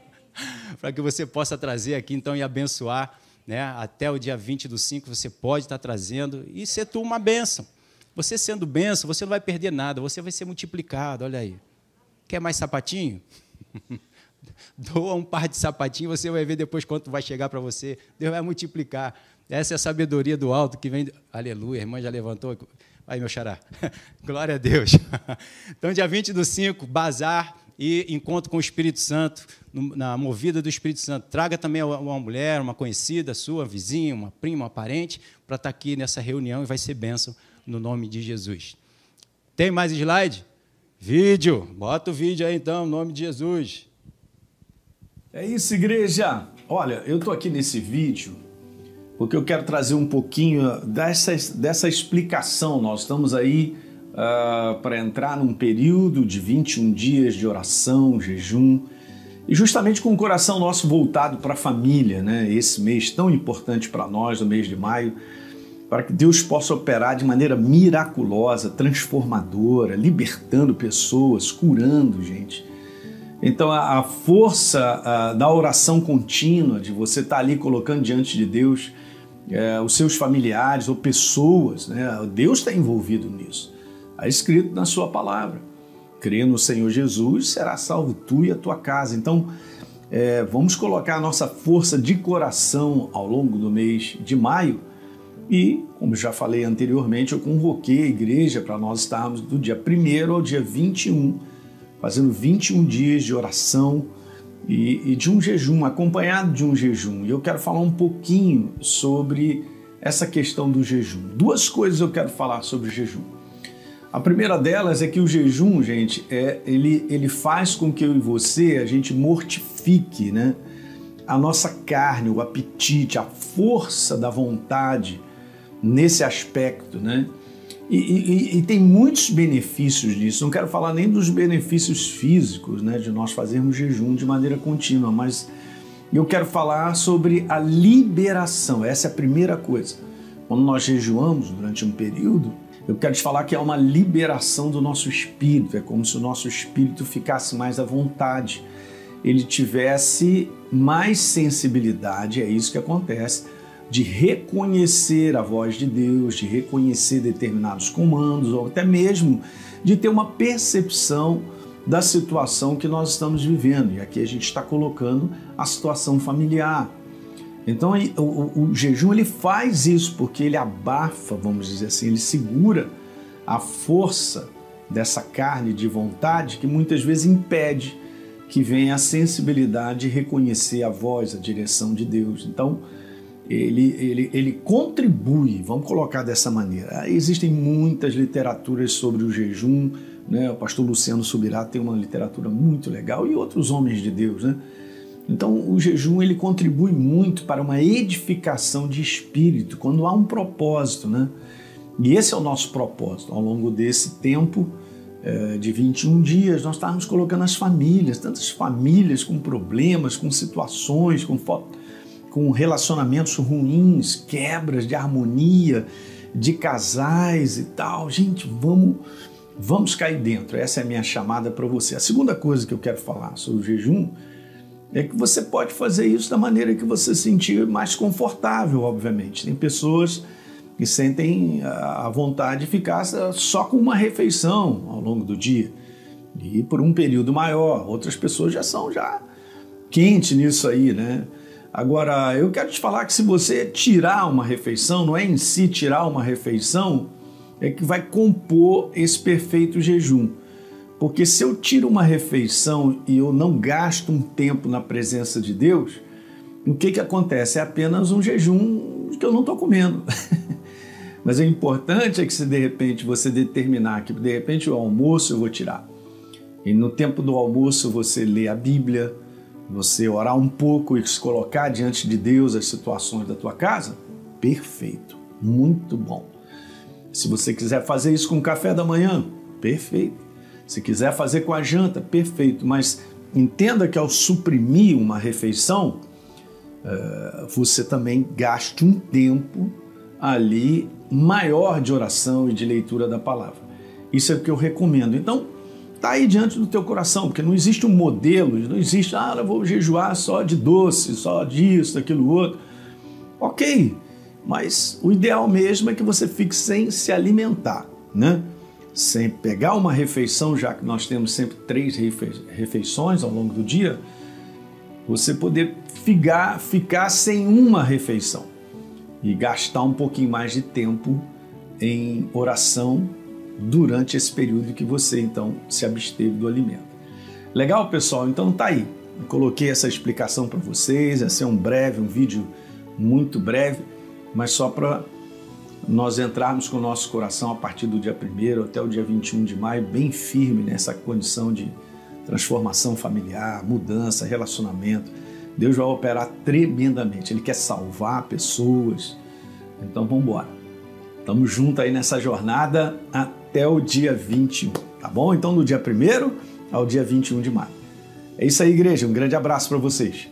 Para que você possa trazer aqui então e abençoar, né? Até o dia 20/5 você pode estar trazendo e ser tu uma bênção. Você sendo bênção, você não vai perder nada, você vai ser multiplicado, olha aí. Quer mais sapatinho? Doa um par de sapatinho, você vai ver depois quanto vai chegar para você. Deus vai multiplicar. Essa é a sabedoria do alto que vem... Aleluia, a irmã já levantou. Aí, meu xará. Glória a Deus. Então, dia 20/5, bazar e encontro com o Espírito Santo, na movida do Espírito Santo. Traga também uma mulher, uma conhecida sua, vizinha, uma prima, uma parente, para estar aqui nessa reunião e vai ser bênção no nome de Jesus. Tem mais slide? Vídeo. Bota o vídeo aí, então, no nome de Jesus. É isso, igreja. Olha, eu estou aqui nesse vídeo porque eu quero trazer um pouquinho dessa explicação. Nós estamos aí para entrar num período de 21 dias de oração, jejum, e justamente com o coração nosso voltado para a família, né? Esse mês tão importante para nós, no mês de maio, para que Deus possa operar de maneira miraculosa, transformadora, libertando pessoas, curando gente. Então, a força da oração contínua, de você estar ali colocando diante de Deus os seus familiares ou pessoas, né? Deus está envolvido nisso. Está escrito na sua palavra. Crê no Senhor Jesus, será salvo tu e a tua casa. Então, vamos colocar a nossa força de coração ao longo do mês de maio. E, como já falei anteriormente, eu convoquei a igreja para nós estarmos do dia 1º ao dia 21, fazendo 21 dias de oração e de um jejum, acompanhado de um jejum. E eu quero falar um pouquinho sobre essa questão do jejum. 2 coisas eu quero falar sobre o jejum. A primeira delas é que o jejum, gente, ele faz com que eu e você, a gente mortifique, né, a nossa carne, o apetite, a força da vontade nesse aspecto, né? E tem muitos benefícios nisso. Não quero falar nem dos benefícios físicos, né, de nós fazermos jejum de maneira contínua, mas eu quero falar sobre a liberação. Essa é a primeira coisa. Quando nós jejuamos durante um período, eu quero te falar que é uma liberação do nosso espírito. É como se o nosso espírito ficasse mais à vontade, ele tivesse mais sensibilidade, é isso que acontece, de reconhecer a voz de Deus, de reconhecer determinados comandos, ou até mesmo de ter uma percepção da situação que nós estamos vivendo. E aqui a gente está colocando a situação familiar. Então o jejum ele faz isso porque ele abafa, vamos dizer assim, ele segura a força dessa carne de vontade que muitas vezes impede que venha a sensibilidade de reconhecer a voz, a direção de Deus. Então, ele contribui, vamos colocar dessa maneira. Existem muitas literaturas sobre o jejum, né? O pastor Luciano Subirá tem uma literatura muito legal e outros homens de Deus, né? Então, o jejum ele contribui muito para uma edificação de espírito, quando há um propósito, né? E esse é o nosso propósito. Ao longo desse tempo de 21 dias, nós estávamos colocando as famílias, tantas famílias com problemas, com situações, com relacionamentos ruins, quebras de harmonia, de casais e tal. Gente, vamos cair dentro. Essa é a minha chamada para você. A segunda coisa que eu quero falar sobre o jejum é que você pode fazer isso da maneira que você se sentir mais confortável, obviamente. Tem pessoas que sentem a vontade de ficar só com uma refeição ao longo do dia e por um período maior. Outras pessoas já são quentes nisso aí, né? Agora, eu quero te falar que se você tirar uma refeição, não é em si tirar uma refeição, é que vai compor esse perfeito jejum. Porque se eu tiro uma refeição e eu não gasto um tempo na presença de Deus, o que acontece? É apenas um jejum que eu não estou comendo. Mas o importante é que se de repente você determinar que de repente o almoço eu vou tirar, e no tempo do almoço você lê a Bíblia, você orar um pouco e se colocar diante de Deus as situações da tua casa, perfeito, muito bom. Se você quiser fazer isso com o café da manhã, perfeito. Se quiser fazer com a janta, perfeito. Mas entenda que ao suprimir uma refeição, você também gaste um tempo ali maior de oração e de leitura da palavra. Isso é o que eu recomendo. Então, está aí diante do teu coração, porque não existe um modelo, não existe, eu vou jejuar só de doce, só disso, daquilo outro. Ok, mas o ideal mesmo é que você fique sem se alimentar, né? Sem pegar uma refeição, já que nós temos sempre 3 refeições ao longo do dia, você poder ficar sem uma refeição e gastar um pouquinho mais de tempo em oração durante esse período que você, então, se absteve do alimento. Legal, pessoal? Então tá aí. Eu coloquei essa explicação para vocês. Esse é um vídeo muito breve, mas só para nós entrarmos com o nosso coração a partir do dia 1º até o dia 21 de maio, bem firme nessa condição de transformação familiar, mudança, relacionamento. Deus vai operar tremendamente. Ele quer salvar pessoas. Então vamos embora. Estamos juntos aí nessa jornada até o dia 21, tá bom? Então do dia 1º ao dia 21 de maio. É isso aí, igreja. Um grande abraço para vocês.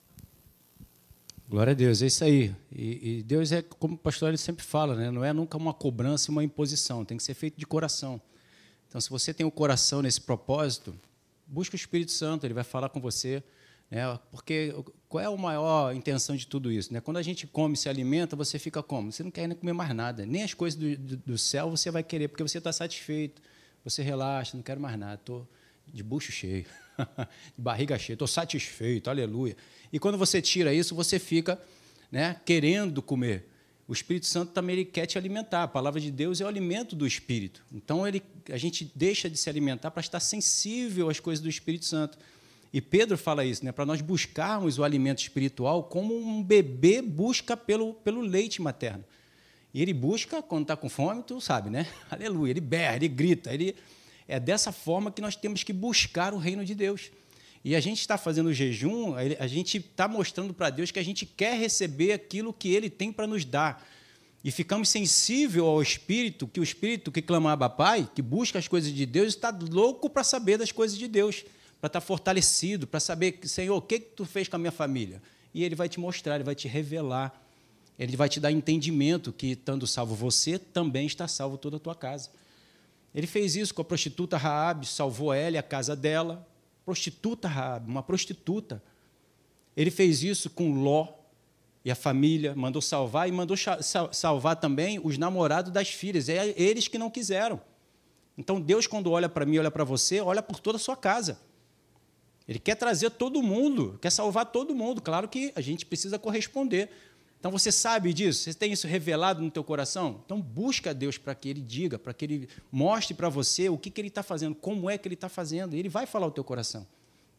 Glória a Deus, é isso aí. E Deus é, como o pastor ele sempre fala, né? Não é nunca uma cobrança e uma imposição, tem que ser feito de coração. Então, se você tem o coração nesse propósito, busca o Espírito Santo, ele vai falar com você. Porque qual é a maior intenção de tudo isso? Quando a gente come, se alimenta, você fica como? Você não quer nem comer mais nada. Nem as coisas do céu você vai querer, porque você está satisfeito. Você relaxa, não quero mais nada. Estou de bucho cheio, de barriga cheia, estou satisfeito, aleluia. E quando você tira isso, você fica querendo comer. O Espírito Santo também ele quer te alimentar. A palavra de Deus é o alimento do Espírito. Então, a gente deixa de se alimentar para estar sensível às coisas do Espírito Santo. E Pedro fala isso, para nós buscarmos o alimento espiritual como um bebê busca pelo leite materno. E ele busca, quando está com fome, tu sabe, né? Aleluia, ele berra, ele grita. É dessa forma que nós temos que buscar o reino de Deus. E a gente está fazendo o jejum, a gente está mostrando para Deus que a gente quer receber aquilo que Ele tem para nos dar. E ficamos sensíveis ao Espírito, que o Espírito que clama Abba Pai, que busca as coisas de Deus, está louco para saber das coisas de Deus, para estar fortalecido, para saber, Senhor, o que tu fez com a minha família? E Ele vai te mostrar, Ele vai te revelar, Ele vai te dar entendimento que, estando salvo você, também está salvo toda a tua casa. Ele fez isso com a prostituta Raabe, salvou ela e a casa dela. Prostituta Raabe, uma prostituta. Ele fez isso com Ló e a família, mandou salvar e mandou salvar também os namorados das filhas, eles que não quiseram. Então, Deus, quando olha para mim, olha para você, olha por toda a sua casa. Ele quer trazer todo mundo, quer salvar todo mundo. Claro que a gente precisa corresponder. Então, você sabe disso? Você tem isso revelado no teu coração? Então, busca a Deus para que Ele diga, para que Ele mostre para você o que Ele está fazendo, como é que Ele está fazendo. E Ele vai falar ao teu coração.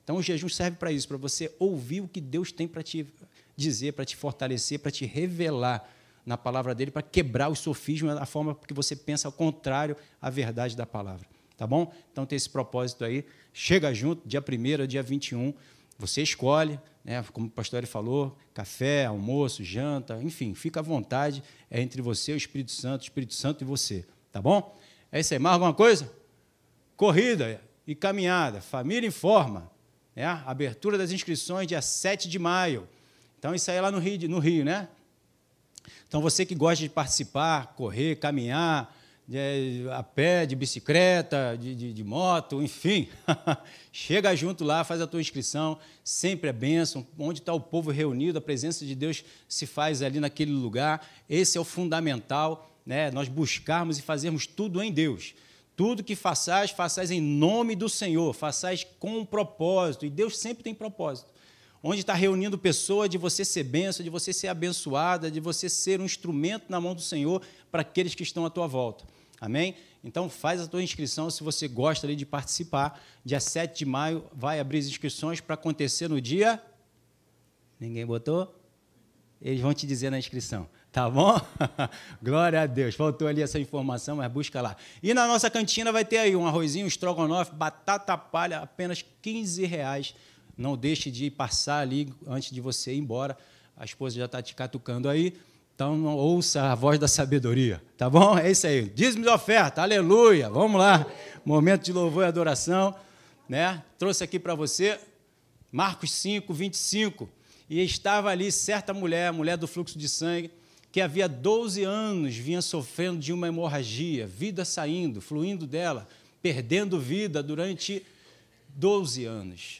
Então, o jejum serve para isso, para você ouvir o que Deus tem para te dizer, para te fortalecer, para te revelar na palavra dele, para quebrar os sofismas, a forma que você pensa ao contrário à verdade da palavra. Tá bom? Então, tem esse propósito aí. Chega junto, dia 1º, dia 21, você escolhe, né, como o pastor ele falou, café, almoço, janta, enfim, fica à vontade, é entre você e o Espírito Santo e você. Tá bom? É isso aí. Mais alguma coisa? Corrida e caminhada, família em forma. Né? Abertura das inscrições dia 7 de maio. Então, isso aí é lá no Rio, né? Então, você que gosta de participar, correr, caminhar, a pé, de bicicleta, de moto, enfim, chega junto lá, faz a tua inscrição, sempre é bênção. Onde está o povo reunido, a presença de Deus se faz ali naquele lugar. Esse é o fundamental, né? Nós buscarmos e fazermos tudo em Deus. Tudo que façais, façais em nome do Senhor, façais com um propósito, e Deus sempre tem propósito. Onde está reunindo pessoas, de você ser bênção, de você ser abençoada, de você ser um instrumento na mão do Senhor para aqueles que estão à tua volta. Amém? Então, faz a tua inscrição se você gosta ali de participar. Dia 7 de maio vai abrir as inscrições para acontecer no dia... Ninguém botou? Eles vão te dizer na inscrição. Tá bom? Glória a Deus. Faltou ali essa informação, mas busca lá. E na nossa cantina vai ter aí um arrozinho, um estrogonofe, batata palha, apenas R$15. Não deixe de passar ali antes de você ir embora. A esposa já está te catucando aí. Então, não ouça a voz da sabedoria. Tá bom? É isso aí. Dízimo de oferta. Aleluia. Vamos lá. Momento de louvor e adoração. Né? Trouxe aqui para você Marcos 5, 25. E estava ali certa mulher, a mulher do fluxo de sangue, que havia 12 anos vinha sofrendo de uma hemorragia, vida saindo, fluindo dela, perdendo vida durante 12 anos.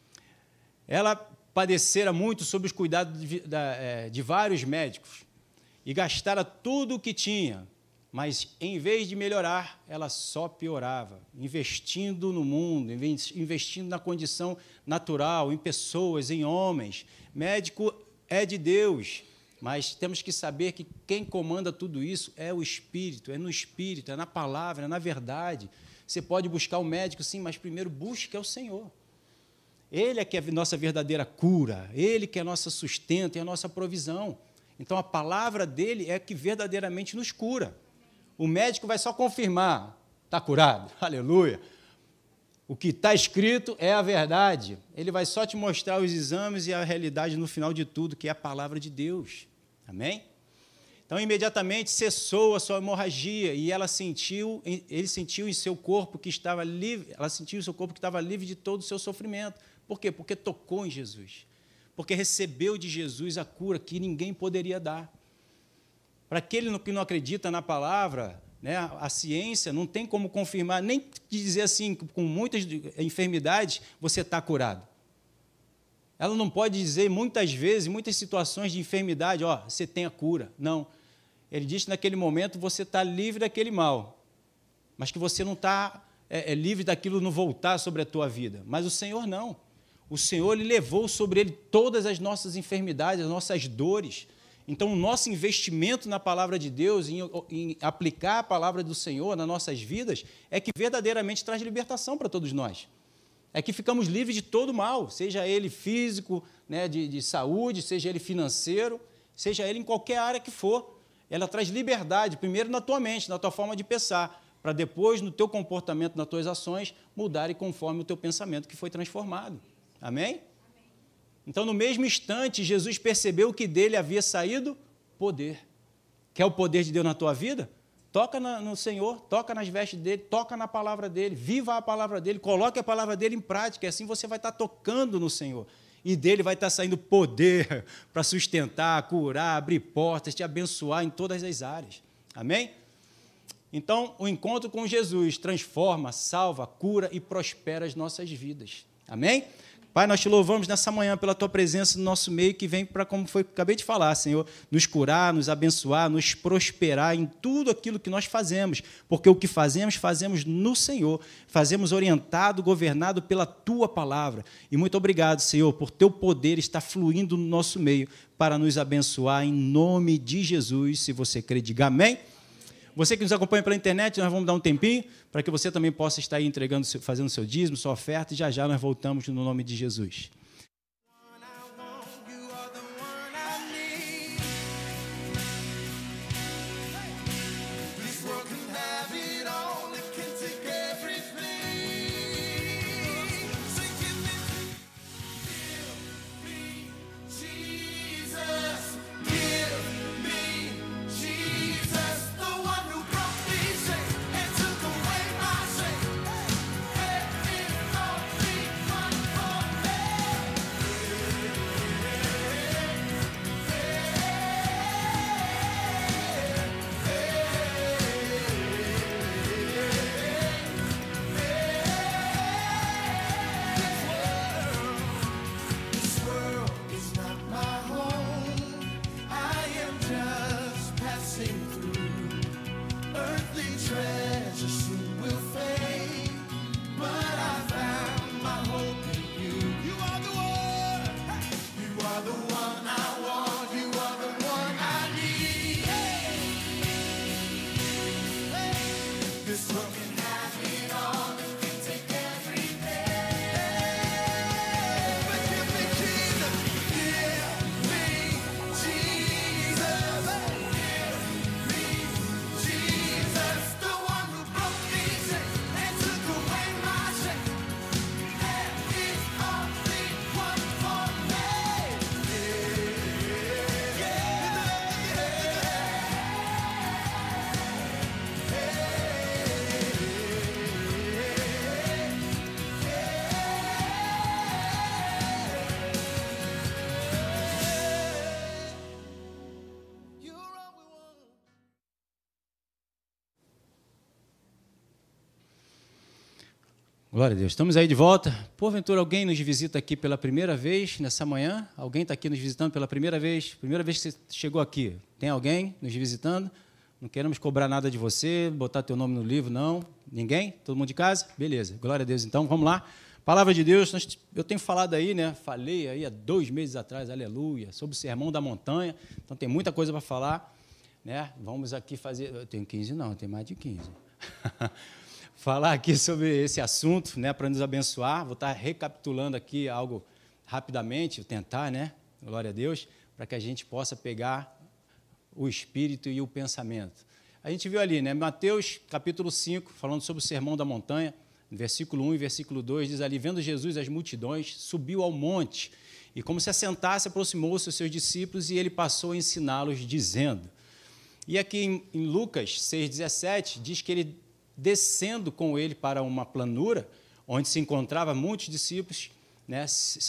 Ela padecera muito sob os cuidados de vários médicos e gastara tudo o que tinha, mas, em vez de melhorar, ela só piorava, investindo no mundo, investindo na condição natural, em pessoas, em homens. Médico é de Deus, mas temos que saber que quem comanda tudo isso é o Espírito, é no Espírito, é na palavra, é na verdade. Você pode buscar o médico, sim, mas primeiro busque ao Senhor. Ele é que é a nossa verdadeira cura, Ele que é a nossa sustento e a nossa provisão. Então, a palavra dEle é que verdadeiramente nos cura. O médico vai só confirmar, está curado, aleluia. O que está escrito é a verdade. Ele vai só te mostrar os exames e a realidade no final de tudo, que é a palavra de Deus. Amém? Então, imediatamente cessou a sua hemorragia e ele sentiu em seu corpo que estava livre, ela sentiu em seu corpo que estava livre de todo o seu sofrimento. Por quê? Porque tocou em Jesus. Porque recebeu de Jesus a cura que ninguém poderia dar. Para aquele que não acredita na palavra, né, a ciência não tem como confirmar, nem dizer assim, com muitas enfermidades, você está curado. Ela não pode dizer, muitas vezes, em muitas situações de enfermidade, você tem a cura. Não. Ele diz que naquele momento você está livre daquele mal, mas que você não está livre daquilo não voltar sobre a tua vida. Mas o Senhor não. O Senhor ele levou sobre ele todas as nossas enfermidades, as nossas dores. Então, o nosso investimento na palavra de Deus, em aplicar a palavra do Senhor nas nossas vidas, é que verdadeiramente traz libertação para todos nós. É que ficamos livres de todo mal, seja ele físico, né, de saúde, seja ele financeiro, seja ele em qualquer área que for. Ela traz liberdade, primeiro na tua mente, na tua forma de pensar, para depois, no teu comportamento, nas tuas ações, mudarem conforme o teu pensamento que foi transformado. Amém? Então, no mesmo instante, Jesus percebeu que dele havia saído poder. Quer o poder de Deus na tua vida? Toca no Senhor, toca nas vestes dele, toca na palavra dele, viva a palavra dele, coloque a palavra dele em prática, e assim você vai estar tocando no Senhor. E dele vai estar saindo poder para sustentar, curar, abrir portas, te abençoar em todas as áreas. Amém? Então, o encontro com Jesus transforma, salva, cura e prospera as nossas vidas. Amém? Pai, nós te louvamos nessa manhã pela tua presença no nosso meio, que vem para, como foi, acabei de falar, Senhor, nos curar, nos abençoar, nos prosperar em tudo aquilo que nós fazemos, porque o que fazemos, fazemos no Senhor, fazemos orientado, governado pela tua palavra. E muito obrigado, Senhor, por teu poder estar fluindo no nosso meio para nos abençoar em nome de Jesus. Se você crê, diga amém. Você que nos acompanha pela internet, nós vamos dar um tempinho para que você também possa estar aí entregando, fazendo seu dízimo, sua oferta, e já nós voltamos no nome de Jesus. Glória a Deus. Estamos aí de volta. Porventura, alguém nos visita aqui pela primeira vez nessa manhã? Alguém está aqui nos visitando pela primeira vez? Primeira vez que você chegou aqui. Tem alguém nos visitando? Não queremos cobrar nada de você, botar teu nome no livro, não. Ninguém? Todo mundo de casa? Beleza. Glória a Deus. Então, vamos lá. Palavra de Deus. Eu tenho falado aí, né? Falei aí há 2 meses atrás, aleluia, sobre o Sermão da Montanha. Então, tem muita coisa para falar, né? Vamos aqui fazer... Eu tenho 15 não, eu tenho mais de 15. Falar aqui sobre esse assunto, né, para nos abençoar. Vou estar recapitulando aqui algo rapidamente, tentar, né, glória a Deus, para que a gente possa pegar o espírito e o pensamento. A gente viu ali, né, Mateus capítulo 5, falando sobre o Sermão da Montanha, versículo 1 e versículo 2, diz ali, vendo Jesus as multidões, subiu ao monte, e como se assentasse, aproximou-se os seus discípulos, e ele passou a ensiná-los, dizendo. E aqui em Lucas 6,17, diz que ele, descendo com ele para uma planura, onde se encontrava muitos discípulos, né,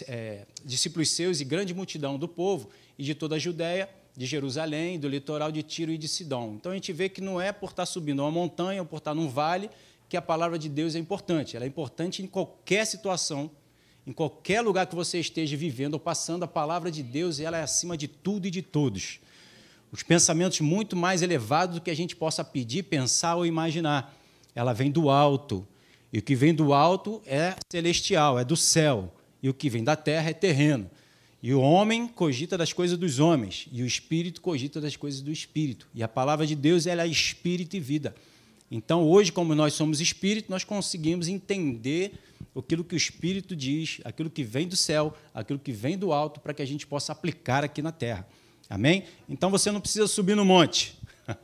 discípulos seus e grande multidão do povo, e de toda a Judéia, de Jerusalém, do litoral de Tiro e de Sidom. Então, a gente vê que não é por estar subindo uma montanha ou por estar num vale que a palavra de Deus é importante. Ela é importante em qualquer situação, em qualquer lugar que você esteja vivendo ou passando, a palavra de Deus ela é acima de tudo e de todos. Os pensamentos muito mais elevados do que a gente possa pedir, pensar ou imaginar. Ela vem do alto, e o que vem do alto é celestial, é do céu, e o que vem da terra é terreno. E o homem cogita das coisas dos homens, e o espírito cogita das coisas do espírito. E a palavra de Deus ela é espírito e vida. Então, hoje, como nós somos espírito, nós conseguimos entender aquilo que o espírito diz, aquilo que vem do céu, aquilo que vem do alto, para que a gente possa aplicar aqui na terra. Amém? Então, você não precisa subir no monte.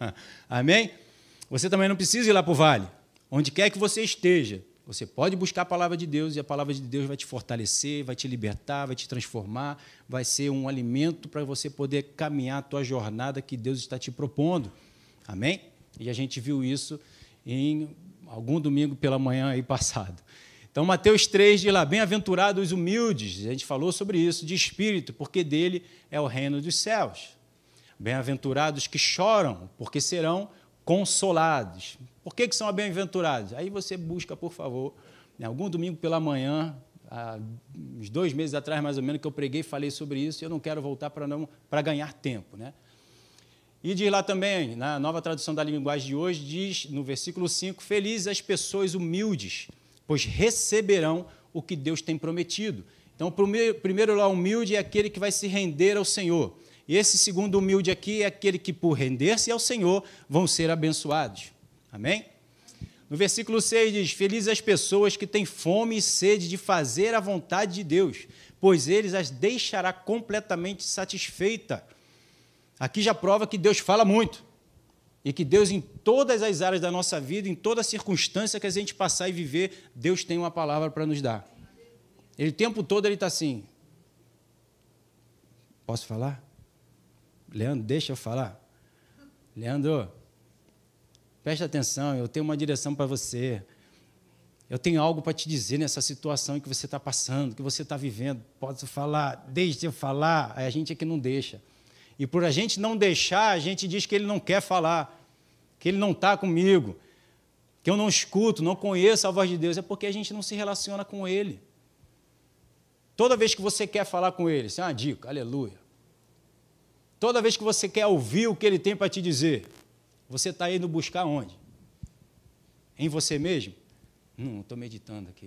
Amém? Você também não precisa ir lá para o vale. Onde quer que você esteja, você pode buscar a palavra de Deus, e a palavra de Deus vai te fortalecer, vai te libertar, vai te transformar, vai ser um alimento para você poder caminhar a tua jornada que Deus está te propondo. Amém? E a gente viu isso em algum domingo pela manhã aí passado. Então, Mateus 3 diz lá, bem-aventurados os humildes, a gente falou sobre isso, de espírito, porque dele é o reino dos céus. Bem-aventurados que choram, porque serão consolados. Por que são bem-aventurados? Aí você busca, por favor, né, algum domingo pela manhã, há uns 2 meses atrás, mais ou menos, que eu preguei e falei sobre isso, e eu não quero voltar para ganhar tempo. Né? E diz lá também, na nova tradução da linguagem de hoje, diz no versículo 5, felizes as pessoas humildes, pois receberão o que Deus tem prometido. Então, o primeiro lá, humilde, é aquele que vai se render ao Senhor. E esse segundo humilde aqui é aquele que, por render-se ao Senhor, vão ser abençoados. Amém? No versículo 6 diz, felizes as pessoas que têm fome e sede de fazer a vontade de Deus, pois eles as deixará completamente satisfeita. Aqui já prova que Deus fala muito. E que Deus, em todas as áreas da nossa vida, em toda circunstância que a gente passar e viver, Deus tem uma palavra para nos dar. Ele, o tempo todo, ele está assim. Posso falar? Leandro, deixa eu falar. Leandro, presta atenção, eu tenho uma direção para você. Eu tenho algo para te dizer nessa situação que você está passando, que você está vivendo. Posso falar? Deixa eu falar. Aí a gente é que não deixa. E por a gente não deixar, a gente diz que ele não quer falar, que ele não está comigo, que eu não escuto, não conheço a voz de Deus. É porque a gente não se relaciona com ele. Toda vez que você quer falar com ele, isso é uma dica, aleluia. Toda vez que você quer ouvir o que ele tem para te dizer, você está indo buscar onde? Em você mesmo? Estou meditando aqui.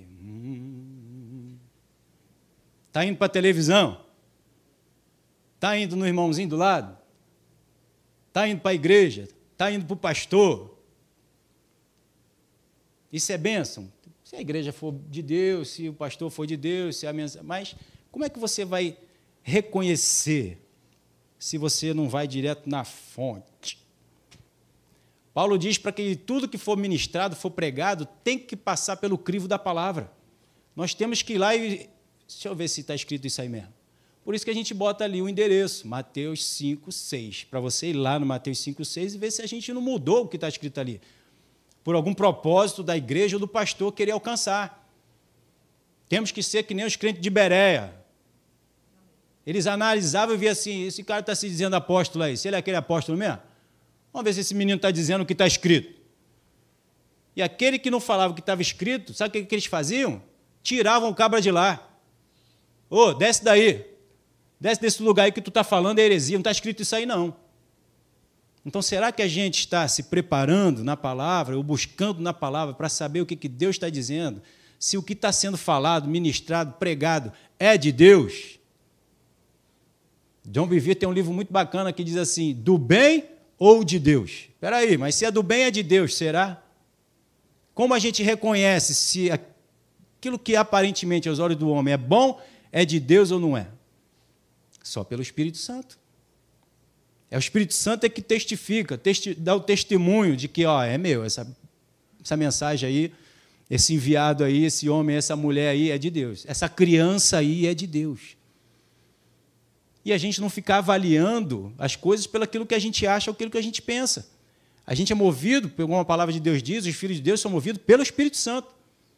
Está indo para a televisão? Está indo no irmãozinho do lado? Está indo para a igreja? Está indo para o pastor? Isso é bênção? Se a igreja for de Deus, se o pastor for de Deus, se a mensagem... Mas como é que você vai reconhecer se você não vai direto na fonte? Paulo diz para que tudo que for ministrado, for pregado, tem que passar pelo crivo da palavra. Nós temos que ir lá e... Deixa eu ver se está escrito isso aí mesmo. Por isso que a gente bota ali o endereço, Mateus 5:6, para você ir lá no Mateus 5:6 e ver se a gente não mudou o que está escrito ali, por algum propósito da igreja ou do pastor querer alcançar. Temos que ser que nem os crentes de Bereia. Eles analisavam e viam assim, esse cara está se dizendo apóstolo aí, se ele é aquele apóstolo mesmo, vamos ver se esse menino está dizendo o que está escrito. E aquele que não falava o que estava escrito, sabe o que eles faziam? Tiravam o cabra de lá. Ô, desce daí. Desce desse lugar aí que tu está falando é heresia, não está escrito isso aí não. Então, será que a gente está se preparando na palavra, ou buscando na palavra, para saber o que Deus está dizendo? Se o que está sendo falado, ministrado, pregado, é de Deus? John Bevere tem um livro muito bacana que diz assim, do bem ou de Deus? Espera aí, mas se é do bem é de Deus, será? Como a gente reconhece se aquilo que aparentemente aos olhos do homem é bom, é de Deus ou não é? Só pelo Espírito Santo. É o Espírito Santo é que testifica, dá o testemunho de que é meu, essa mensagem aí, esse enviado aí, esse homem, essa mulher aí é de Deus. Essa criança aí é de Deus. E a gente não ficar avaliando as coisas pelo aquilo que a gente acha ou aquilo que a gente pensa. A gente é movido, como a palavra de Deus diz, os filhos de Deus são movidos pelo Espírito Santo.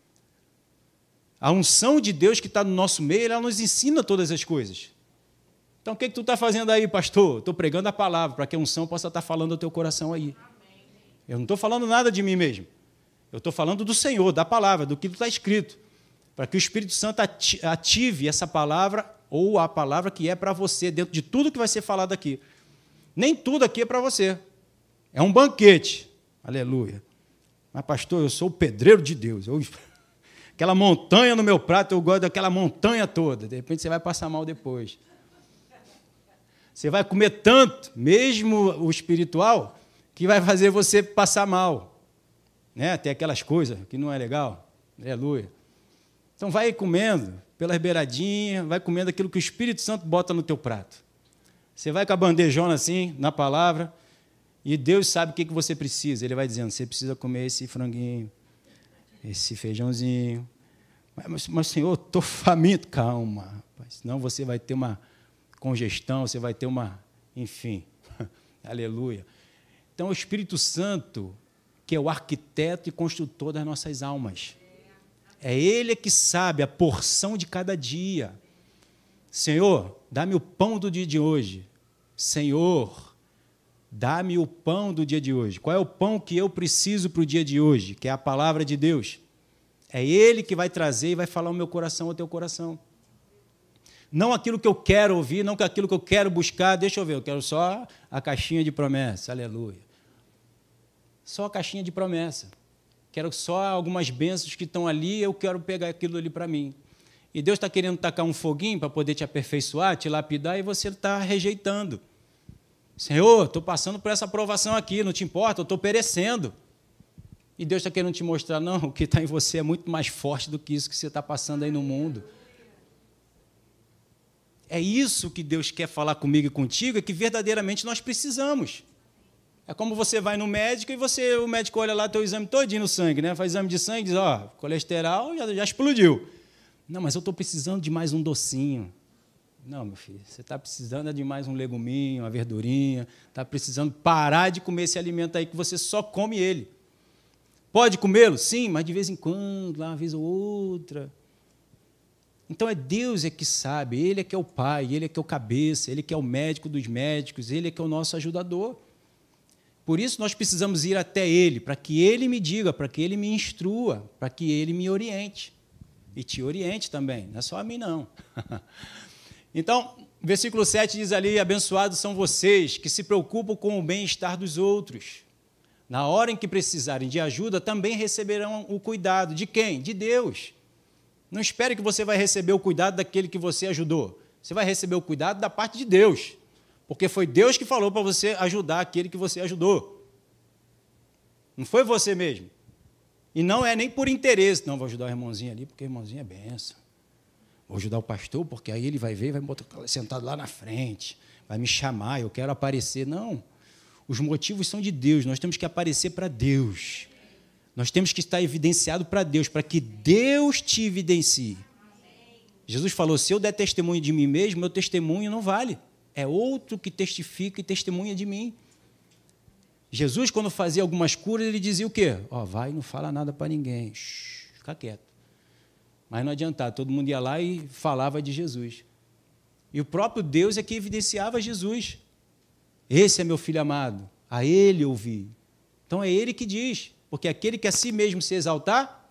A unção de Deus que está no nosso meio, ela nos ensina todas as coisas. Então, o que tu está fazendo aí, pastor? Estou pregando a palavra, para que a unção possa estar falando ao teu coração aí. Eu não estou falando nada de mim mesmo. Eu estou falando do Senhor, da palavra, do que está escrito. Para que o Espírito Santo ative essa palavra, ou a palavra que é para você, dentro de tudo que vai ser falado aqui. Nem tudo aqui é para você. É um banquete. Aleluia. Mas, pastor, eu sou o pedreiro de Deus. Aquela montanha no meu prato, eu gosto daquela montanha toda. De repente, você vai passar mal depois. Você vai comer tanto, mesmo o espiritual, que vai fazer você passar mal. Né? Tem aquelas coisas que não é legal. Aleluia. Então, vai comendo pelas beiradinhas, vai comendo aquilo que o Espírito Santo bota no teu prato. Você vai com a bandejona assim, na palavra, e Deus sabe o que você precisa. Ele vai dizendo, você precisa comer esse franguinho, esse feijãozinho. Mas Senhor, estou faminto. Calma, rapaz, senão você vai ter uma congestão, você vai ter enfim, aleluia. Então, o Espírito Santo, que é o arquiteto e construtor das nossas almas. É Ele que sabe a porção de cada dia. Senhor, dá-me o pão do dia de hoje. Senhor, dá-me o pão do dia de hoje. Qual é o pão que eu preciso para o dia de hoje? Que é a palavra de Deus. É Ele que vai trazer e vai falar o meu coração ao teu coração. Não aquilo que eu quero ouvir, não aquilo que eu quero buscar. Deixa eu ver, eu quero só a caixinha de promessa. Aleluia. Só a caixinha de promessa. Quero só algumas bênçãos que estão ali, eu quero pegar aquilo ali para mim. E Deus está querendo tacar um foguinho para poder te aperfeiçoar, te lapidar, e você está rejeitando. Senhor, estou passando por essa provação aqui, não te importa, eu estou perecendo. E Deus está querendo te mostrar, não, o que está em você é muito mais forte do que isso que você está passando aí no mundo. É isso que Deus quer falar comigo e contigo, é que verdadeiramente nós precisamos. É como você vai no médico e o médico olha lá teu exame todinho no sangue, né? Faz exame de sangue e diz, ó, colesterol já explodiu. Não, mas eu estou precisando de mais um docinho. Não, meu filho, você está precisando de mais um leguminho, uma verdurinha, está precisando parar de comer esse alimento aí que você só come ele. Pode comê-lo? Sim, mas de vez em quando, lá uma vez ou outra. Então é Deus que sabe, Ele é que é o Pai, Ele é que é o cabeça, Ele é que é o médico dos médicos, Ele é que é o nosso ajudador. Por isso nós precisamos ir até Ele, para que Ele me diga, para que Ele me instrua, para que Ele me oriente. E te oriente também, não é só a mim não. Então, versículo 7 diz ali, abençoados são vocês que se preocupam com o bem-estar dos outros. Na hora em que precisarem de ajuda, também receberão o cuidado. De quem? De Deus. Não espere que você vai receber o cuidado daquele que você ajudou. Você vai receber o cuidado da parte de Deus. Porque foi Deus que falou para você ajudar aquele que você ajudou. Não foi você mesmo. E não é nem por interesse. Não, vou ajudar o irmãozinho ali, porque o irmãozinho é benção. Vou ajudar o pastor, porque aí ele vai ver, vai me botar sentado lá na frente, vai me chamar, eu quero aparecer. Não. Os motivos são de Deus, nós temos que aparecer para Deus. Nós temos que estar evidenciado para Deus, para que Deus te evidencie. Jesus falou, se eu der testemunho de mim mesmo, meu testemunho não vale. É outro que testifica e testemunha de mim. Jesus, quando fazia algumas curas, ele dizia o quê? Ó, vai e não fala nada para ninguém. Shhh, fica quieto. Mas não adiantava, todo mundo ia lá e falava de Jesus. E o próprio Deus é que evidenciava Jesus. Esse é meu filho amado, a ele ouvi. Então é ele que diz, porque aquele que a si mesmo se exaltar,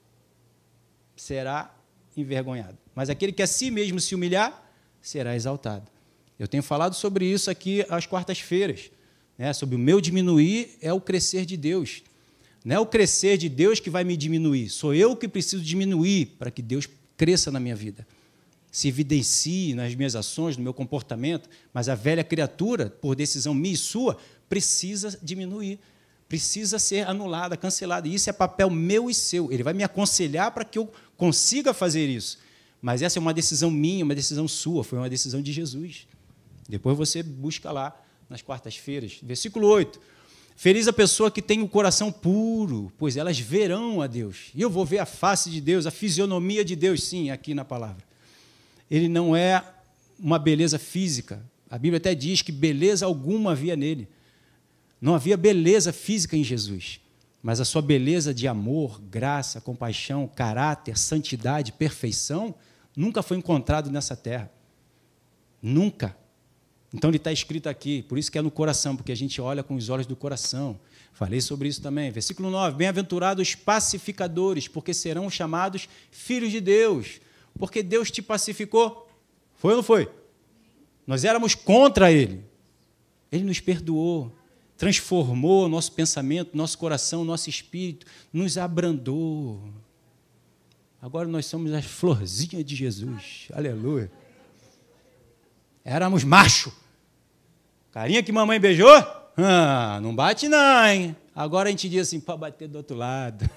será envergonhado. Mas aquele que a si mesmo se humilhar, será exaltado. Eu tenho falado sobre isso aqui às quartas-feiras, né? Sobre o meu diminuir é o crescer de Deus. Não é o crescer de Deus que vai me diminuir, sou eu que preciso diminuir para que Deus cresça na minha vida. Se evidencie nas minhas ações, no meu comportamento, mas a velha criatura, por decisão minha e sua, precisa diminuir, precisa ser anulada, cancelada. E isso é papel meu e seu. Ele vai me aconselhar para que eu consiga fazer isso. Mas essa é uma decisão minha, uma decisão sua, foi uma decisão de Jesus. Depois você busca lá, nas quartas-feiras. Versículo 8. Feliz a pessoa que tem o coração puro, pois elas verão a Deus. E eu vou ver a face de Deus, a fisionomia de Deus, sim, aqui na palavra. Ele não é uma beleza física. A Bíblia até diz que beleza alguma havia nele. Não havia beleza física em Jesus, mas a sua beleza de amor, graça, compaixão, caráter, santidade, perfeição, nunca foi encontrado nessa terra. Nunca. Então, ele está escrito aqui, por isso que é no coração, porque a gente olha com os olhos do coração. Falei sobre isso também. Versículo 9. Bem-aventurados pacificadores, porque serão chamados filhos de Deus. Porque Deus te pacificou. Foi ou não foi? Nós éramos contra Ele. Ele nos perdoou, transformou nosso pensamento, nosso coração, nosso espírito, nos abrandou. Agora nós somos as florzinhas de Jesus. Aleluia. Éramos macho. Carinha que mamãe beijou? Não bate não, hein? Agora a gente diz assim, para bater do outro lado.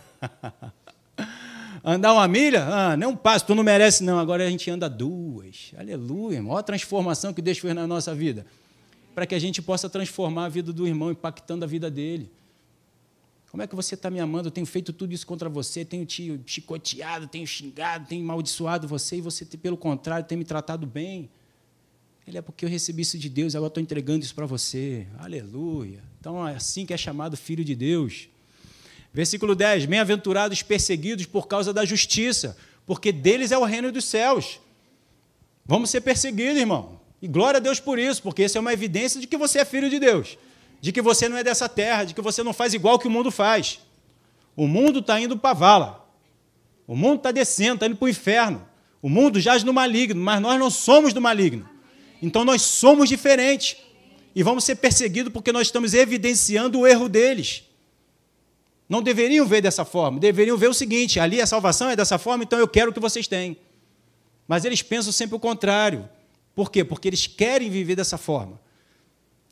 Andar uma milha? Nem um passo, tu não merece não. Agora a gente anda duas. Aleluia. A maior transformação que Deus fez na nossa vida. Para que a gente possa transformar a vida do irmão, impactando a vida dele. Como é que você está me amando? Eu tenho feito tudo isso contra você, tenho te chicoteado, tenho xingado, tenho amaldiçoado você, e você, pelo contrário, tem me tratado bem. Ele é porque eu recebi isso de Deus, agora estou entregando isso para você. Aleluia. Então, é assim que é chamado filho de Deus. Versículo 10. Bem-aventurados perseguidos por causa da justiça, porque deles é o reino dos céus. Vamos ser perseguidos, irmão. E glória a Deus por isso, porque isso é uma evidência de que você é filho de Deus, de que você não é dessa terra, de que você não faz igual que o mundo faz. O mundo está indo para a vala. O mundo está descendo, está indo para o inferno. O mundo jaz no maligno, mas nós não somos do maligno. Então, nós somos diferentes e vamos ser perseguidos porque nós estamos evidenciando o erro deles. Não deveriam ver dessa forma, deveriam ver o seguinte, ali a salvação é dessa forma, então eu quero o que vocês têm. Mas eles pensam sempre o contrário. Por quê? Porque eles querem viver dessa forma.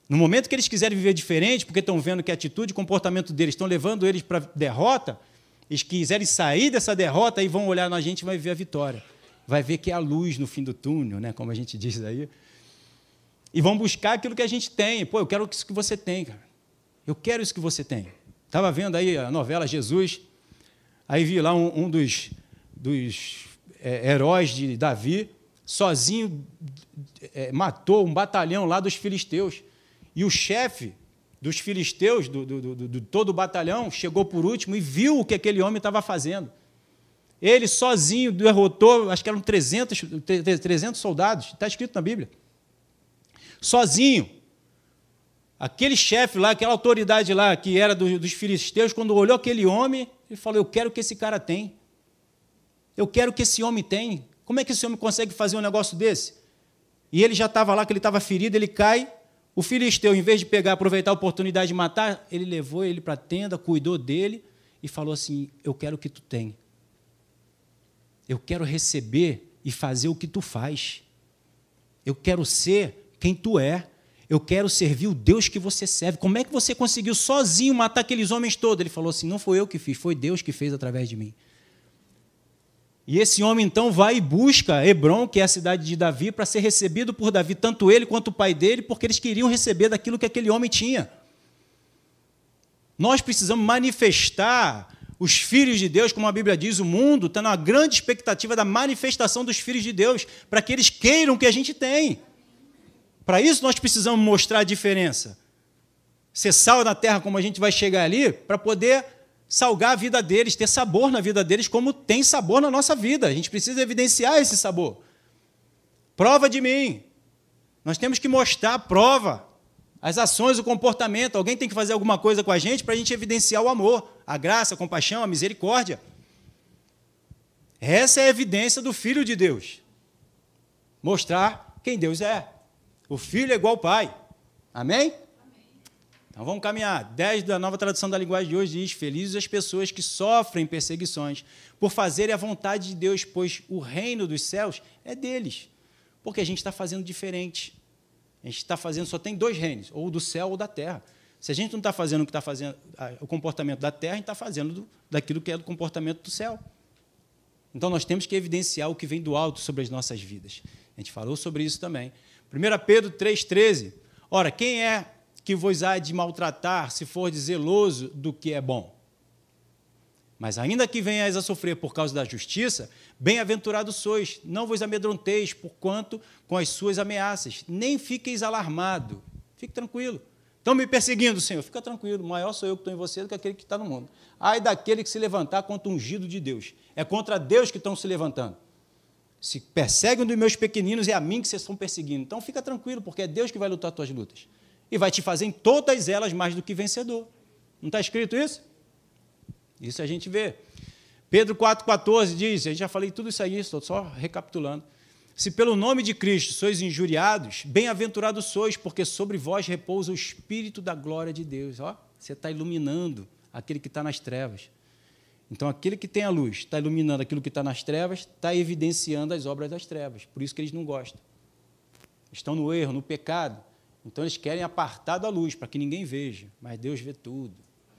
No momento que eles quiserem viver diferente, porque estão vendo que a atitude e comportamento deles estão levando eles para a derrota, eles quiserem sair dessa derrota, aí vão olhar na gente e vai ver a vitória. Vai ver que é a luz no fim do túnel, né? Como a gente diz aí. E vão buscar aquilo que a gente tem. Pô, eu quero isso que você tem, cara. Eu quero isso que você tem. Estava vendo aí a novela Jesus, aí vi lá um dos heróis de Davi, sozinho, matou um batalhão lá dos filisteus. E o chefe dos filisteus, do todo o batalhão, chegou por último e viu o que aquele homem estava fazendo. Ele sozinho derrotou, acho que eram 300 soldados, está escrito na Bíblia. Sozinho. Aquele chefe lá, aquela autoridade lá, que era dos filisteus, quando olhou aquele homem, ele falou, eu quero o que esse cara tem. Eu quero o que esse homem tem. Como é que esse homem consegue fazer um negócio desse? E ele já estava lá, que ele estava ferido, ele cai. O filisteu, em vez de pegar, aproveitar a oportunidade de matar, ele levou ele para a tenda, cuidou dele e falou assim, eu quero o que tu tem. Eu quero receber e fazer o que tu faz. Eu quero ser quem tu é. Eu quero servir o Deus que você serve. Como é que você conseguiu sozinho matar aqueles homens todos? Ele falou assim, não foi eu que fiz, foi Deus que fez através de mim. E esse homem, então, vai e busca Hebrom, que é a cidade de Davi, para ser recebido por Davi, tanto ele quanto o pai dele, porque eles queriam receber daquilo que aquele homem tinha. Nós precisamos manifestar os filhos de Deus, como a Bíblia diz, o mundo está numa grande expectativa da manifestação dos filhos de Deus, para que eles queiram o que a gente tem. Para isso, nós precisamos mostrar a diferença. Ser sal na terra, como a gente vai chegar ali, para poder salgar a vida deles, ter sabor na vida deles, como tem sabor na nossa vida. A gente precisa evidenciar esse sabor. Prova de mim. Nós temos que mostrar a prova, as ações, o comportamento. Alguém tem que fazer alguma coisa com a gente para a gente evidenciar o amor, a graça, a compaixão, a misericórdia. Essa é a evidência do Filho de Deus. Mostrar quem Deus é. O Filho é igual ao Pai. Amém? Então vamos caminhar. 10 da Nova Tradução da Linguagem de hoje diz, felizes as pessoas que sofrem perseguições por fazerem a vontade de Deus, pois o reino dos céus é deles. Porque a gente está fazendo diferente. A gente está fazendo, só tem 2 reinos, ou do céu ou da terra. Se a gente não está fazendo o que está fazendo, o comportamento da terra, a gente está fazendo daquilo que é do comportamento do céu. Então nós temos que evidenciar o que vem do alto sobre as nossas vidas. A gente falou sobre isso também. 1 Pedro 3,13. Ora, quem é que vos há de maltratar, se for zeloso do que é bom? Mas ainda que venhais a sofrer por causa da justiça, bem-aventurados sois, não vos amedronteis, porquanto com as suas ameaças, nem fiqueis alarmado. Fique tranquilo. Estão me perseguindo, Senhor. Fica tranquilo, maior sou eu que estou em você do que aquele que está no mundo. Ai daquele que se levantar contra o ungido de Deus. É contra Deus que estão se levantando. Se perseguem um dos meus pequeninos, é a mim que vocês estão perseguindo. Então fica tranquilo, porque é Deus que vai lutar as tuas lutas. E vai te fazer em todas elas mais do que vencedor. Não está escrito isso? Isso a gente vê. Pedro 4,14 diz, eu já falei tudo isso aí, estou só recapitulando. Se pelo nome de Cristo sois injuriados, bem-aventurados sois, porque sobre vós repousa o Espírito da glória de Deus. Ó, você está iluminando aquele que está nas trevas. Então, aquele que tem a luz está iluminando aquilo que está nas trevas, está evidenciando as obras das trevas. Por isso que eles não gostam. Estão no erro, no pecado. Então, eles querem apartar da luz, para que ninguém veja. Mas Deus vê tudo.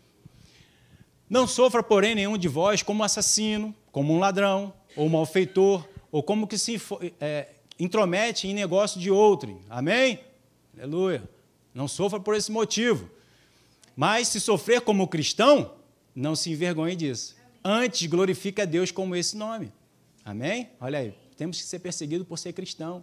Não sofra, porém, nenhum de vós como assassino, como um ladrão, ou malfeitor, ou como que se intromete em negócio de outrem. Amém? Aleluia. Não sofra por esse motivo. Mas, se sofrer como cristão, não se envergonhe disso. Antes, glorifique a Deus como esse nome. Amém? Olha aí, temos que ser perseguidos por ser cristão.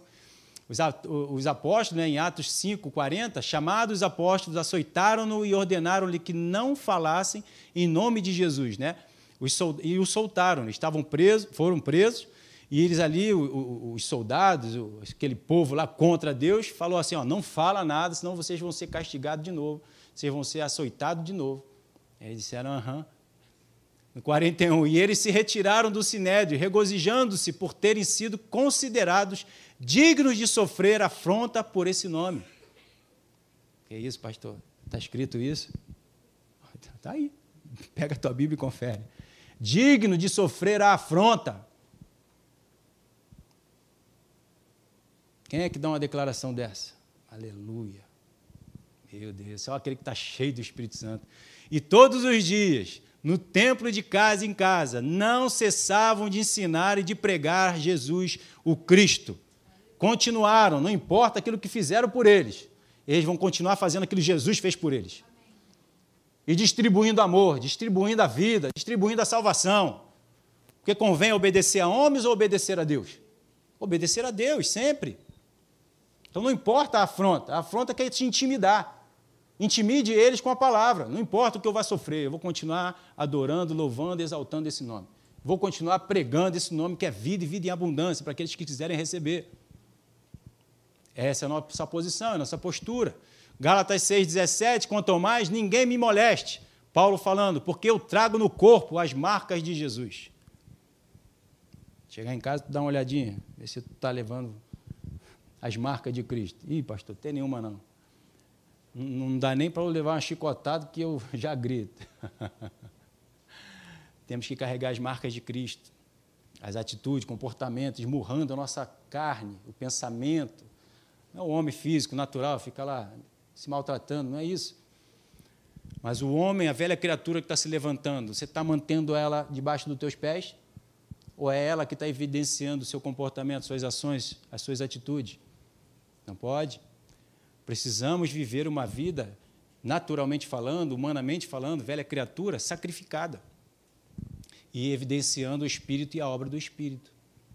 Os apóstolos, né, em Atos 5:40, chamados apóstolos, açoitaram-no e ordenaram-lhe que não falassem em nome de Jesus, né? E o soltaram, estavam presos, foram presos, e eles ali, os soldados, aquele povo lá contra Deus, falou assim, ó, não fala nada, senão vocês vão ser castigados de novo, vocês vão ser açoitados de novo. Aí eles disseram, aham. No 41, e eles se retiraram do sinédrio, regozijando-se por terem sido considerados dignos de sofrer afronta por esse nome. Que isso, pastor? Está escrito isso? Está aí. Pega a tua Bíblia e confere. Digno de sofrer a afronta. Quem é que dá uma declaração dessa? Aleluia. Meu Deus, só aquele que está cheio do Espírito Santo. E todos os dias, no templo de casa em casa, não cessavam de ensinar e de pregar Jesus, o Cristo. Continuaram, não importa aquilo que fizeram por eles, eles vão continuar fazendo aquilo que Jesus fez por eles. E distribuindo amor, distribuindo a vida, distribuindo a salvação. Porque convém obedecer a homens ou obedecer a Deus? Obedecer a Deus, sempre. Então não importa a afronta quer te intimidar. Intimide eles com a palavra, não importa o que eu vá sofrer, eu vou continuar adorando, louvando, exaltando esse nome. Vou continuar pregando esse nome que é vida e vida em abundância para aqueles que quiserem receber. Essa é a nossa posição, é a nossa postura. Gálatas 6,17, quanto ao mais, ninguém me moleste. Paulo falando, porque eu trago no corpo as marcas de Jesus. Chegar em casa, dá uma olhadinha, ver se tu está levando as marcas de Cristo. Ih, pastor, não tem nenhuma não. Não dá nem para eu levar uma chicotada que eu já grito. Temos que carregar as marcas de Cristo, as atitudes, comportamentos, esmurrando a nossa carne, o pensamento. Não é o homem físico, natural, fica lá se maltratando, não é isso. Mas o homem, a velha criatura que está se levantando, você está mantendo ela debaixo dos teus pés? Ou é ela que está evidenciando o seu comportamento, suas ações, as suas atitudes? Não pode. Precisamos viver uma vida, naturalmente falando, humanamente falando, velha criatura, sacrificada. E evidenciando o Espírito e a obra do Espírito.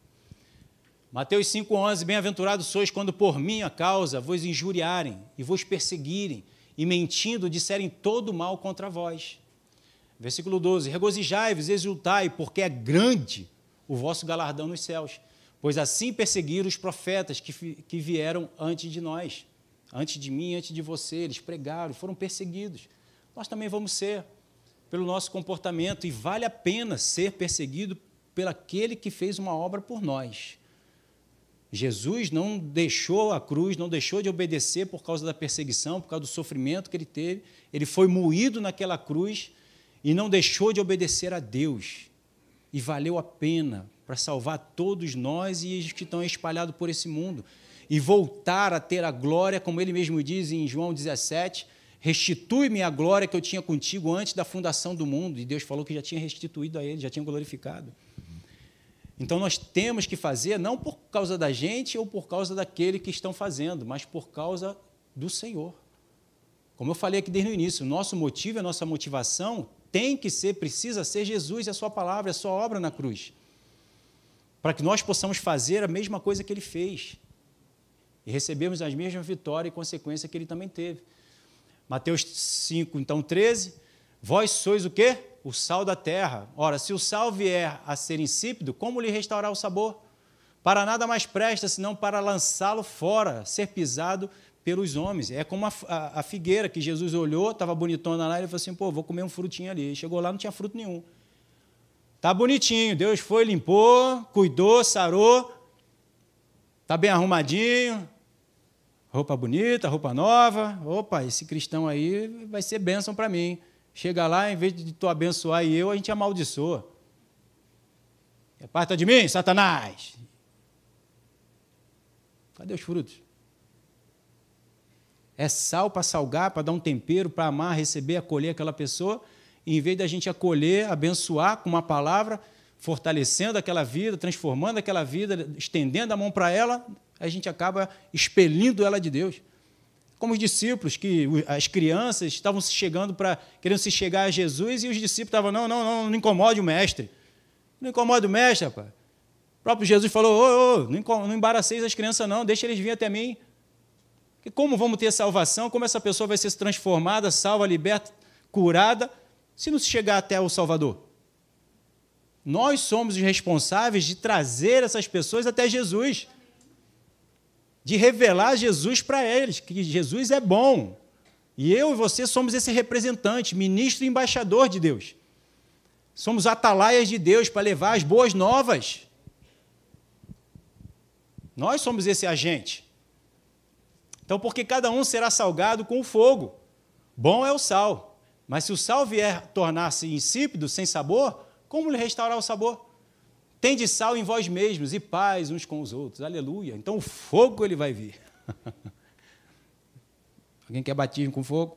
Mateus 5,11, bem-aventurados sois quando por minha causa vos injuriarem e vos perseguirem, e mentindo disserem todo mal contra vós. Versículo 12, regozijai-vos, exultai, porque é grande o vosso galardão nos céus, pois assim perseguiram os profetas que vieram antes de nós. Antes de mim, antes de você, eles pregaram, foram perseguidos. Nós também vamos ser, pelo nosso comportamento, e vale a pena ser perseguido pelo aquele que fez uma obra por nós. Jesus não deixou a cruz, não deixou de obedecer por causa da perseguição, por causa do sofrimento que ele teve. Ele foi moído naquela cruz e não deixou de obedecer a Deus. E valeu a pena para salvar todos nós e os que estão espalhados por esse mundo. E voltar a ter a glória, como ele mesmo diz em João 17, restitui-me a glória que eu tinha contigo antes da fundação do mundo. E Deus falou que já tinha restituído a ele, já tinha glorificado. Então, nós temos que fazer, não por causa da gente ou por causa daquele que estão fazendo, mas por causa do Senhor. Como eu falei aqui desde o início, o nosso motivo, a nossa motivação tem que ser, precisa ser Jesus e a sua palavra, a sua obra na cruz. Para que nós possamos fazer a mesma coisa que ele fez. E recebemos as mesmas vitórias e consequências que ele também teve. Mateus 5, então, 13. Vós sois o quê? O sal da terra. Ora, se o sal vier a ser insípido, como lhe restaurar o sabor? Para nada mais presta, senão para lançá-lo fora, ser pisado pelos homens. É como a figueira, que Jesus olhou, estava bonitona lá, e ele falou assim, pô, vou comer um frutinho ali. Chegou lá, não tinha fruto nenhum. Está bonitinho, Deus foi, limpou, cuidou, sarou, está bem arrumadinho, roupa bonita, roupa nova. Opa, esse cristão aí vai ser bênção para mim. Chega lá, em vez de tu abençoar e eu, a gente amaldiçoa. Aparta de mim, Satanás. Cadê os frutos? É sal para salgar, para dar um tempero, para amar, receber, acolher aquela pessoa. E, em vez da gente acolher, abençoar com uma palavra, fortalecendo aquela vida, transformando aquela vida, estendendo a mão para ela, a gente acaba expelindo ela de Deus. Como os discípulos, que as crianças estavam querendo se chegar a Jesus, e os discípulos estavam, não incomode o mestre. Não incomode o mestre, rapaz. O próprio Jesus falou, não embaraceis as crianças não, deixa eles virem até mim. Porque como vamos ter salvação, como essa pessoa vai ser transformada, salva, liberta, curada, se não se chegar até o Salvador? Nós somos os responsáveis de trazer essas pessoas até Jesus, de revelar Jesus para eles, que Jesus é bom. E eu e você somos esse representante, ministro e embaixador de Deus. Somos atalaias de Deus para levar as boas novas. Nós somos esse agente. Então, porque cada um será salgado com o fogo. Bom é o sal, mas se o sal vier tornar-se insípido, sem sabor, como lhe restaurar o sabor? Tende sal em vós mesmos e paz uns com os outros. Aleluia. Então o fogo ele vai vir. Alguém quer batismo com fogo?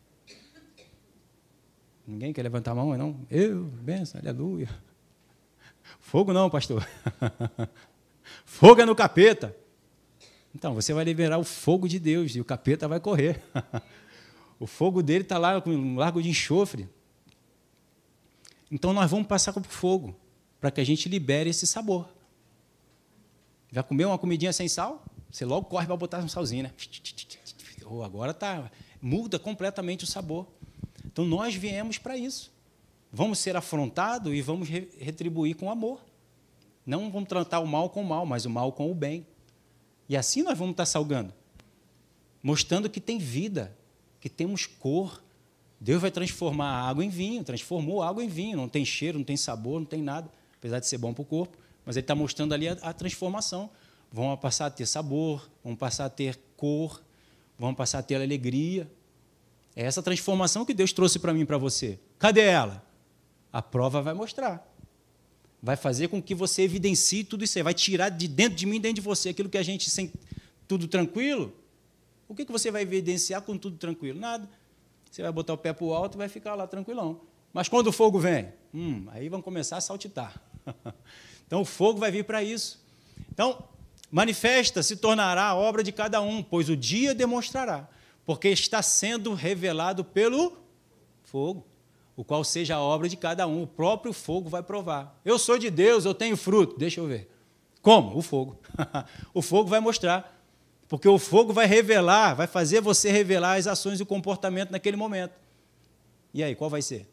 Ninguém quer levantar a mão, não? Eu, benção, aleluia. Fogo não, pastor. Fogo é no capeta. Então, você vai liberar o fogo de Deus e o capeta vai correr. O fogo dele está lá com um largo de enxofre. Então, nós vamos passar por fogo para que a gente libere esse sabor. Já comeu uma comidinha sem sal? Você logo corre para botar um salzinho, né? Oh, agora tá, muda completamente o sabor. Então, nós viemos para isso. Vamos ser afrontados e vamos retribuir com amor. Não vamos tratar o mal com o mal, mas o mal com o bem. E assim nós vamos estar salgando, mostrando que tem vida, que temos cor. Deus vai transformar a água em vinho, transformou a água em vinho. Não tem cheiro, não tem sabor, não tem nada, apesar de ser bom para o corpo, mas Ele está mostrando ali a transformação. Vamos passar a ter sabor, vamos passar a ter cor, vamos passar a ter alegria. É essa transformação que Deus trouxe para mim e para você. Cadê ela? A prova vai mostrar. Vai fazer com que você evidencie tudo isso aí. Vai tirar de dentro de mim, dentro de você, aquilo que a gente sem tudo tranquilo. O que você vai evidenciar com tudo tranquilo? Nada. Você vai botar o pé para o alto e vai ficar lá tranquilão. Mas quando o fogo vem, aí vão começar a saltitar. Então, o fogo vai vir para isso. Então, manifesta, se tornará a obra de cada um, pois o dia demonstrará, porque está sendo revelado pelo fogo, o qual seja a obra de cada um. O próprio fogo vai provar. Eu sou de Deus, eu tenho fruto. Deixa eu ver. Como? O fogo. O fogo vai mostrar. Porque o fogo vai revelar, vai fazer você revelar as ações e o comportamento naquele momento. E aí, qual vai ser?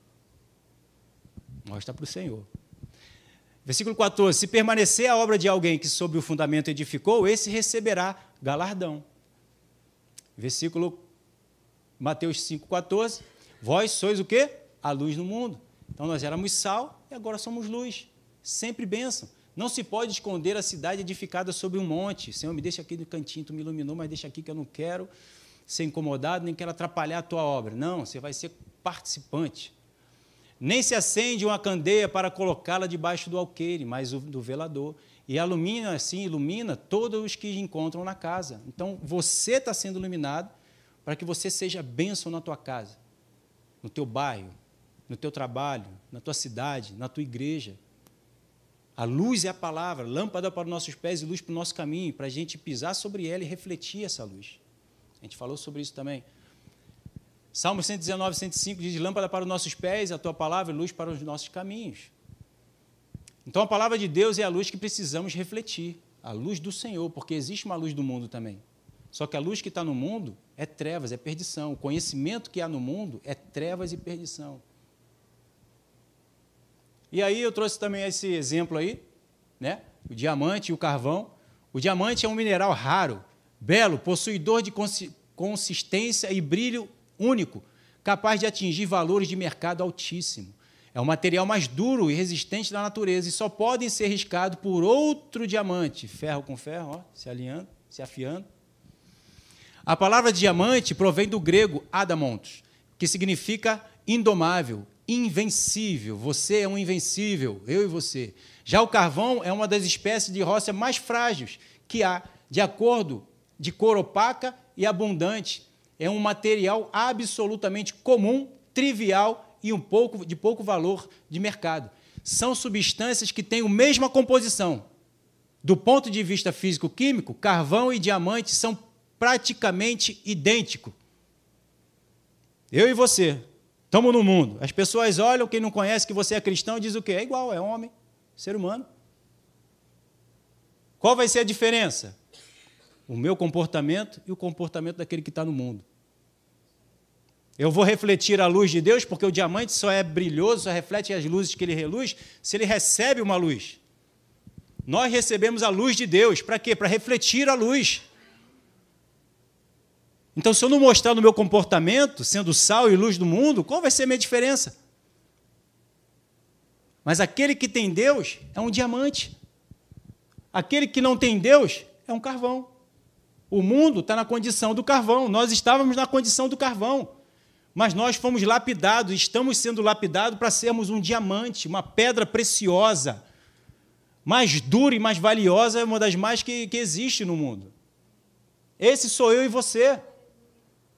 Mostra para o Senhor. Versículo 14. Se permanecer a obra de alguém que sobre o fundamento edificou, esse receberá galardão. Versículo Mateus 5,14. Vós sois o quê? A luz do mundo. Então, nós éramos sal e agora somos luz. Sempre bênção. Não se pode esconder a cidade edificada sobre um monte. Senhor, me deixa aqui no cantinho, tu me iluminou, mas deixa aqui que eu não quero ser incomodado, nem quero atrapalhar a tua obra. Não, você vai ser participante. Nem se acende uma candeia para colocá-la debaixo do alqueire, mas do velador. E ilumina todos os que encontram na casa. Então, você está sendo iluminado para que você seja bênção na tua casa, no teu bairro, no teu trabalho, na tua cidade, na tua igreja. A luz é a palavra, lâmpada para os nossos pés e luz para o nosso caminho, para a gente pisar sobre ela e refletir essa luz. A gente falou sobre isso também. Salmo 119, 105 diz, lâmpada para os nossos pés, a tua palavra e luz para os nossos caminhos. Então, a palavra de Deus é a luz que precisamos refletir, a luz do Senhor, porque existe uma luz do mundo também. Só que a luz que está no mundo é trevas, é perdição. O conhecimento que há no mundo é trevas e perdição. E aí eu trouxe também esse exemplo aí, né? O diamante e o carvão. O diamante é um mineral raro, belo, possuidor de consistência e brilho único, capaz de atingir valores de mercado altíssimo. É o material mais duro e resistente da natureza e só podem ser riscados por outro diamante, ferro com ferro, ó, se alinhando, se afiando. A palavra diamante provém do grego adamontos, que significa indomável, invencível. Você é um invencível, eu e você. Já o carvão é uma das espécies de rocha mais frágeis que há, de acordo de cor opaca e abundante. É um material absolutamente comum, trivial e de pouco valor de mercado. São substâncias que têm a mesma composição. Do ponto de vista físico-químico, carvão e diamante são praticamente idênticos. Eu e você estamos no mundo. As pessoas olham, quem não conhece que você é cristão, diz o quê? É igual, é homem, ser humano. Qual vai ser a diferença? O meu comportamento e o comportamento daquele que está no mundo. Eu vou refletir a luz de Deus, porque o diamante só é brilhoso, só reflete as luzes que ele reluz, se ele recebe uma luz. Nós recebemos a luz de Deus. Para quê? Para refletir a luz. Então, se eu não mostrar no meu comportamento, sendo sal e luz do mundo, qual vai ser a minha diferença? Mas aquele que tem Deus é um diamante. Aquele que não tem Deus é um carvão. O mundo está na condição do carvão. Nós estávamos na condição do carvão. Mas nós fomos lapidados, estamos sendo lapidados para sermos um diamante, uma pedra preciosa, mais dura e mais valiosa, uma das mais que existe no mundo. Esse sou eu e você.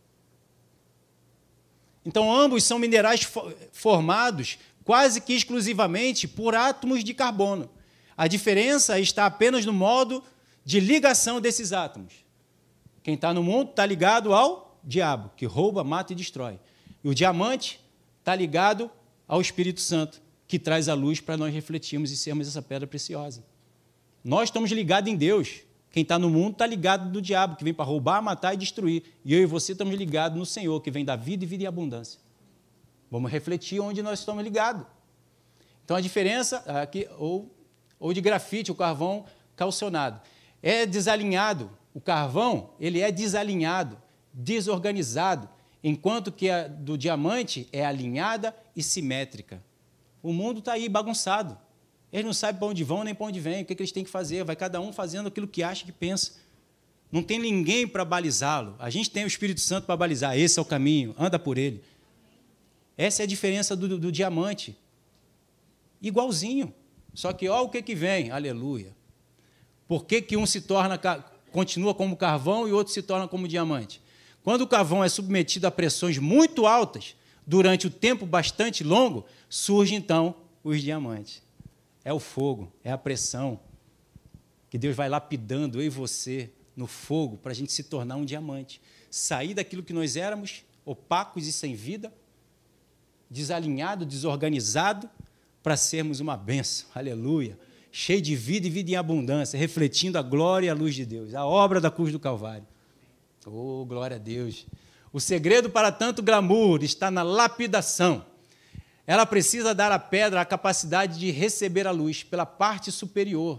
Então, ambos são minerais formados quase que exclusivamente por átomos de carbono. A diferença está apenas no modo de ligação desses átomos. Quem está no mundo está ligado ao diabo, que rouba, mata e destrói. E o diamante está ligado ao Espírito Santo, que traz a luz para nós refletirmos e sermos essa pedra preciosa. Nós estamos ligados em Deus. Quem está no mundo está ligado no diabo, que vem para roubar, matar e destruir. E eu e você estamos ligados no Senhor, que vem da vida e vida em abundância. Vamos refletir onde nós estamos ligados. Então, a diferença aqui, ou de grafite, o carvão calcionado. É desalinhado. O carvão, ele é desalinhado, desorganizado, enquanto que a do diamante é alinhada e simétrica. O mundo está aí bagunçado. Eles não sabem para onde vão nem para onde vêm, o que eles têm que fazer. Vai cada um fazendo aquilo que acha, que pensa. Não tem ninguém para balizá-lo. A gente tem o Espírito Santo para balizar. Esse é o caminho, anda por ele. Essa é a diferença do diamante. Igualzinho. Só que olha o que vem. Aleluia. Por que um continua como carvão e o outro se torna como diamante? Quando o carvão é submetido a pressões muito altas, durante o tempo bastante longo, surgem, então, os diamantes. É o fogo, é a pressão, que Deus vai lapidando eu e você no fogo para a gente se tornar um diamante. Sair daquilo que nós éramos, opacos e sem vida, desalinhado, desorganizado, para sermos uma bênção, aleluia, cheio de vida e vida em abundância, refletindo a glória e a luz de Deus, a obra da cruz do Calvário. Oh, glória a Deus! O segredo para tanto glamour está na lapidação. Ela precisa dar à pedra a capacidade de receber a luz pela parte superior,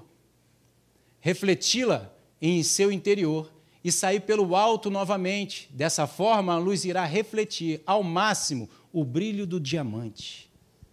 refleti-la em seu interior e sair pelo alto novamente. Dessa forma, a luz irá refletir ao máximo o brilho do diamante.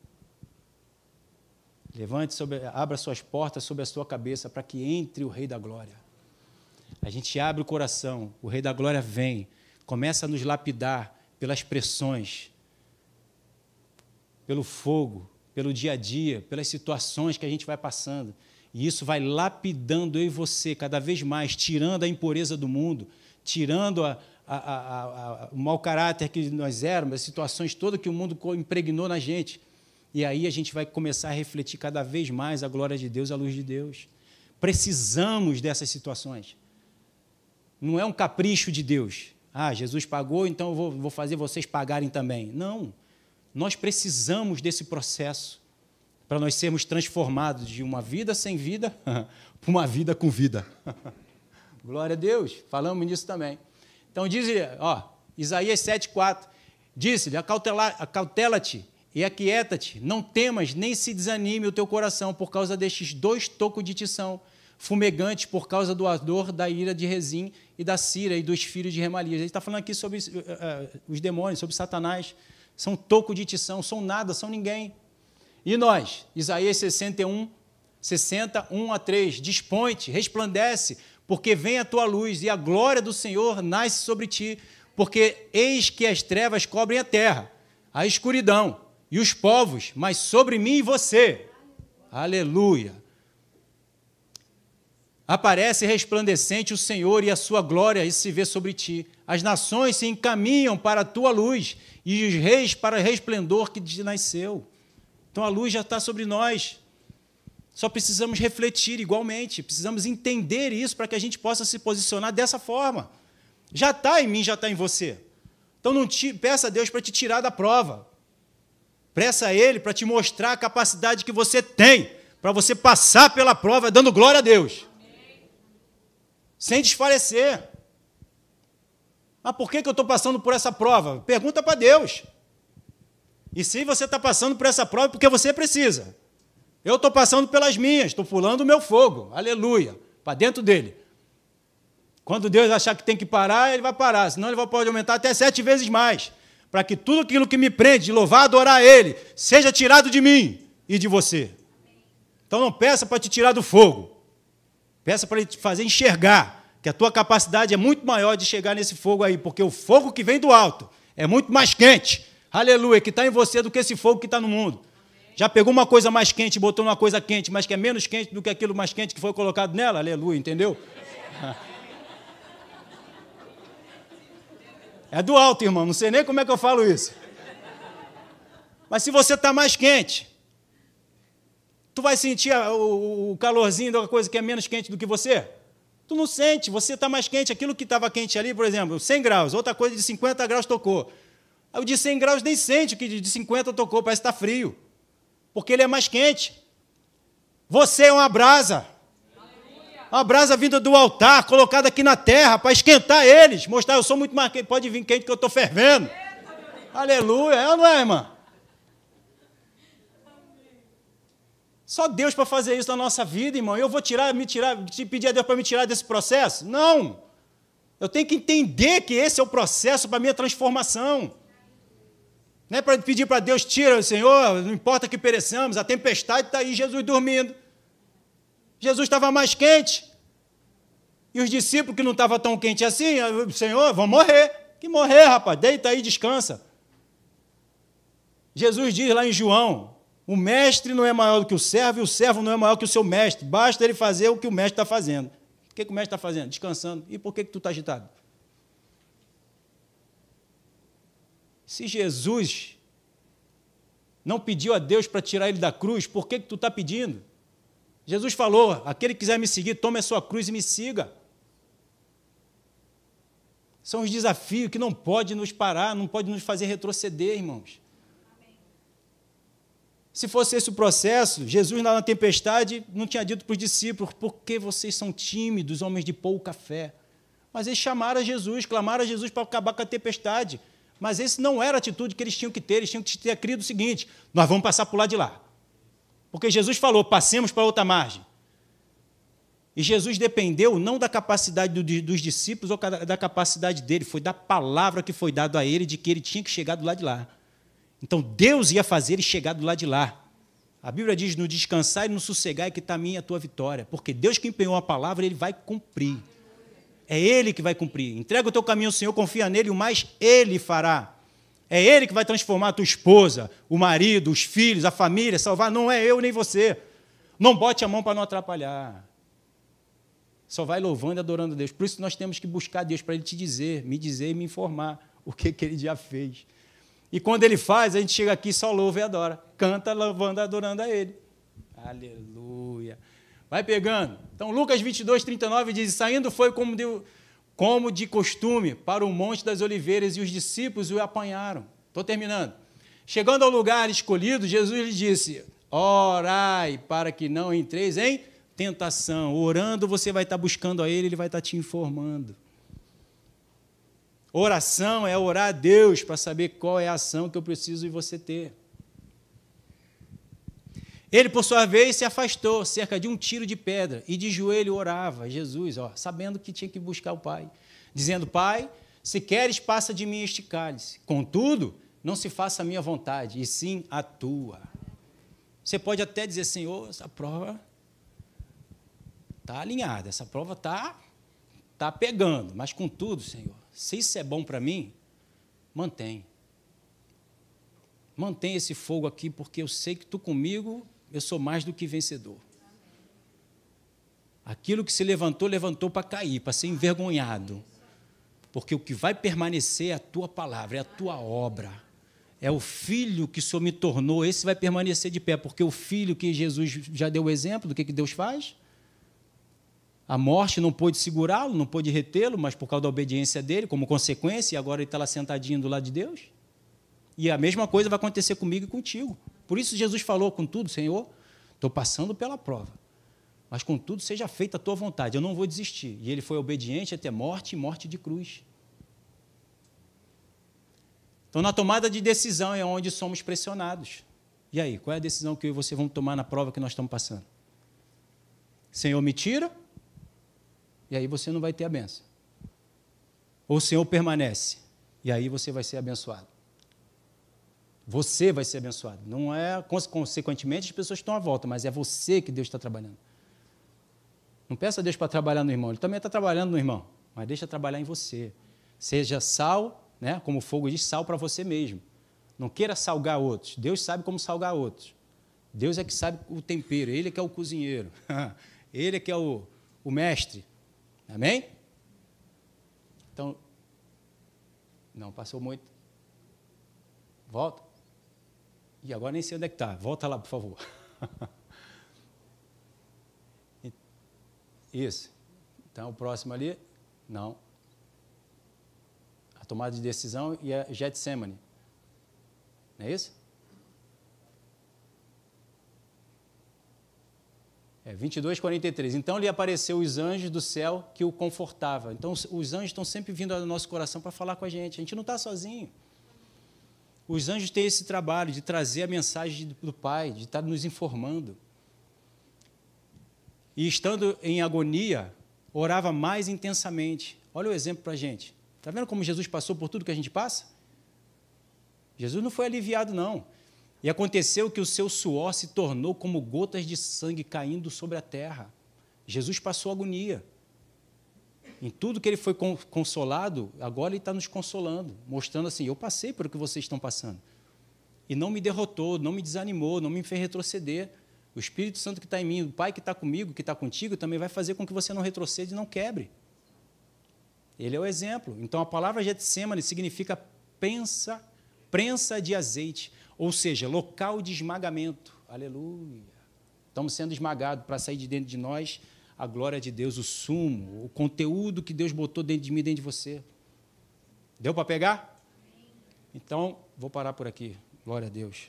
Levante, abra suas portas sobre a sua cabeça para que entre o Rei da Glória. A gente abre o coração, o Rei da Glória vem, começa a nos lapidar pelas pressões, pelo fogo, pelo dia a dia, pelas situações que a gente vai passando. E isso vai lapidando eu e você cada vez mais, tirando a impureza do mundo, tirando o mau caráter que nós éramos, as situações todas que o mundo impregnou na gente. E aí a gente vai começar a refletir cada vez mais a glória de Deus, a luz de Deus. Precisamos dessas situações. Não é um capricho de Deus. Ah, Jesus pagou, então eu vou fazer vocês pagarem também. Não. Nós precisamos desse processo para nós sermos transformados de uma vida sem vida para uma vida com vida. Glória a Deus, falamos nisso também. Então, diz, Isaías 7,4, disse-lhe, acautela-te e aquieta-te, não temas, nem se desanime o teu coração por causa destes 2 tocos de tição, fumegantes por causa do ardor da ira de Rezim e da Cira e dos filhos de Remalias. Ele está falando aqui sobre os demônios, sobre Satanás. São toco de tição, são nada, são ninguém. E nós, Isaías 61, 1-3, dispõe-te, resplandece, porque vem a tua luz, e a glória do Senhor nasce sobre ti, porque eis que as trevas cobrem a terra, a escuridão e os povos, mas sobre mim e você. Aleluia. Aparece resplandecente o Senhor e a sua glória se vê sobre ti. As nações se encaminham para a tua luz e os reis para o resplendor que te nasceu. Então a luz já está sobre nós. Só precisamos refletir igualmente, precisamos entender isso para que a gente possa se posicionar dessa forma. Já está em mim, já está em você. Então não peça a Deus para te tirar da prova. Peça a Ele para te mostrar a capacidade que você tem para você passar pela prova dando glória a Deus. Sem desfalecer. Mas por que eu estou passando por essa prova? Pergunta para Deus. E se você está passando por essa prova, porque você precisa. Eu estou passando pelas minhas, estou pulando o meu fogo. Aleluia. Para dentro dele. Quando Deus achar que tem que parar, ele vai parar. Senão ele pode aumentar até 7 vezes mais. Para que tudo aquilo que me prende de louvar, adorar a Ele, seja tirado de mim e de você. Então não peça para te tirar do fogo. Peça para Ele te fazer enxergar que a tua capacidade é muito maior de chegar nesse fogo aí, porque o fogo que vem do alto é muito mais quente, aleluia, que está em você do que esse fogo que está no mundo. Já pegou uma coisa mais quente e botou numa coisa quente, mas que é menos quente do que aquilo mais quente que foi colocado nela? Aleluia, entendeu? É do alto, irmão, não sei nem como é que eu falo isso. Mas se você está mais quente, tu vai sentir o calorzinho da coisa que é menos quente do que você? Tu não sente, você está mais quente. Aquilo que estava quente ali, por exemplo, 100 graus, outra coisa de 50 graus tocou. O de 100 graus nem sente o que de 50 tocou, parece que está frio, porque ele é mais quente. Você é uma brasa. Uma brasa vinda do altar, colocada aqui na terra, para esquentar eles, mostrar, eu sou muito mais quente, pode vir quente que eu estou fervendo. Aleluia, é ou não é, irmã? Só Deus para fazer isso na nossa vida, irmão. Eu vou pedir a Deus para me tirar desse processo? Não. Eu tenho que entender que esse é o processo para a minha transformação. Não é para pedir para Deus, tira, Senhor, não importa que pereçamos, a tempestade está aí, Jesus dormindo. Jesus estava mais quente. E os discípulos que não estavam tão quentes assim, Senhor, vão morrer. Que morrer, rapaz, deita aí, descansa. Jesus diz lá em João, o mestre não é maior do que o servo, e o servo não é maior que o seu mestre. Basta ele fazer o que o mestre está fazendo. O que o mestre está fazendo? Descansando. E por que tu está agitado? Se Jesus não pediu a Deus para tirar ele da cruz, por que tu está pedindo? Jesus falou, aquele que quiser me seguir, tome a sua cruz e me siga. São os desafios que não podem nos parar, não podem nos fazer retroceder, irmãos. Se fosse esse o processo, Jesus, na tempestade, não tinha dito para os discípulos, por que vocês são tímidos, homens de pouca fé? Mas eles chamaram a Jesus, clamaram a Jesus para acabar com a tempestade. Mas esse não era a atitude que eles tinham que ter. Eles tinham que ter crido o seguinte, nós vamos passar para o lado de lá. Porque Jesus falou, passemos para outra margem. E Jesus dependeu não da capacidade dos discípulos ou da capacidade dele, foi da palavra que foi dada a ele de que ele tinha que chegar do lado de lá. Então, Deus ia fazer ele chegar do lado de lá. A Bíblia diz, no descansar e no sossegar é que está a minha e a tua vitória. Porque Deus que empenhou a palavra, Ele vai cumprir. É Ele que vai cumprir. Entrega o teu caminho ao Senhor, confia nele, o mais Ele fará. É Ele que vai transformar a tua esposa, o marido, os filhos, a família, salvar. Não é eu nem você. Não bote a mão para não atrapalhar. Só vai louvando e adorando a Deus. Por isso nós temos que buscar Deus para Ele te dizer, me dizer e me informar o que Ele já fez. E quando Ele faz, a gente chega aqui e só louva e adora. Canta, louvando e adorando a Ele. Aleluia. Vai pegando. Então, Lucas 22, 39 diz, saindo foi como de costume para o Monte das Oliveiras, e os discípulos o apanharam. Estou terminando. Chegando ao lugar escolhido, Jesus lhe disse, orai para que não entreis em tentação. Orando, você vai estar buscando a Ele, Ele vai estar te informando. Oração é orar a Deus para saber qual é a ação que eu preciso e você ter. Ele, por sua vez, se afastou cerca de um tiro de pedra e de joelho orava, Jesus, sabendo que tinha que buscar o Pai, dizendo, Pai, se queres, passa de mim este cálice. Contudo, não se faça a minha vontade, e sim a tua. Você pode até dizer, Senhor, essa prova está alinhada, essa prova está pegando, mas contudo, Senhor, se isso é bom para mim, mantém. Mantém esse fogo aqui, porque eu sei que tu comigo, eu sou mais do que vencedor. Aquilo que se levantou, levantou para cair, para ser envergonhado. Porque o que vai permanecer é a tua palavra, é a tua obra. É o filho que o Senhor me tornou, esse vai permanecer de pé, porque o filho que Jesus já deu o exemplo do que Deus faz. A morte não pôde segurá-lo, não pôde retê-lo, mas por causa da obediência dele, como consequência, e agora ele está lá sentadinho do lado de Deus. E a mesma coisa vai acontecer comigo e contigo. Por isso Jesus falou, contudo, Senhor, estou passando pela prova, mas contudo seja feita a tua vontade, eu não vou desistir. E ele foi obediente até morte e morte de cruz. Então, na tomada de decisão é onde somos pressionados. E aí, qual é a decisão que eu e você vamos tomar na prova que nós estamos passando? Senhor, me tira, e aí você não vai ter a bênção. Ou o Senhor permanece, e aí você vai ser abençoado. Você vai ser abençoado. Não é, consequentemente, as pessoas estão à volta, mas é você que Deus está trabalhando. Não peça a Deus para trabalhar no irmão, Ele também está trabalhando no irmão, mas deixa trabalhar em você. Seja sal, né, como o fogo diz, sal para você mesmo. Não queira salgar outros. Deus sabe como salgar outros. Deus é que sabe o tempero, Ele é que é o cozinheiro. Ele é que é o mestre. Amém? Então, não, passou muito. Volta. E agora nem sei onde é que está. Volta lá, por favor. Isso. Então, o próximo ali, não. A tomada de decisão e a Getsemane. Não é isso? 22:43. Então lhe apareceu os anjos do céu que o confortavam. Então os anjos estão sempre vindo ao nosso coração para falar com a gente não está sozinho. Os anjos têm esse trabalho de trazer a mensagem do Pai, de estar nos informando. E estando em agonia, orava mais intensamente. Olha o exemplo para a gente. Está vendo como Jesus passou por tudo que a gente passa? Jesus não foi aliviado, não. E aconteceu que o seu suor se tornou como gotas de sangue caindo sobre a terra. Jesus passou agonia. Em tudo que ele foi consolado, agora ele está nos consolando, mostrando assim, eu passei por o que vocês estão passando. E não me derrotou, não me desanimou, não me fez retroceder. O Espírito Santo que está em mim, o Pai que está comigo, que está contigo, também vai fazer com que você não retroceda e não quebre. Ele é o exemplo. Então, a palavra Getsemane significa prensa de azeite, ou seja, local de esmagamento. Aleluia. Estamos sendo esmagados para sair de dentro de nós a glória de Deus, o sumo, o conteúdo que Deus botou dentro de mim, dentro de você. Deu para pegar? Então, vou parar por aqui. Glória a Deus.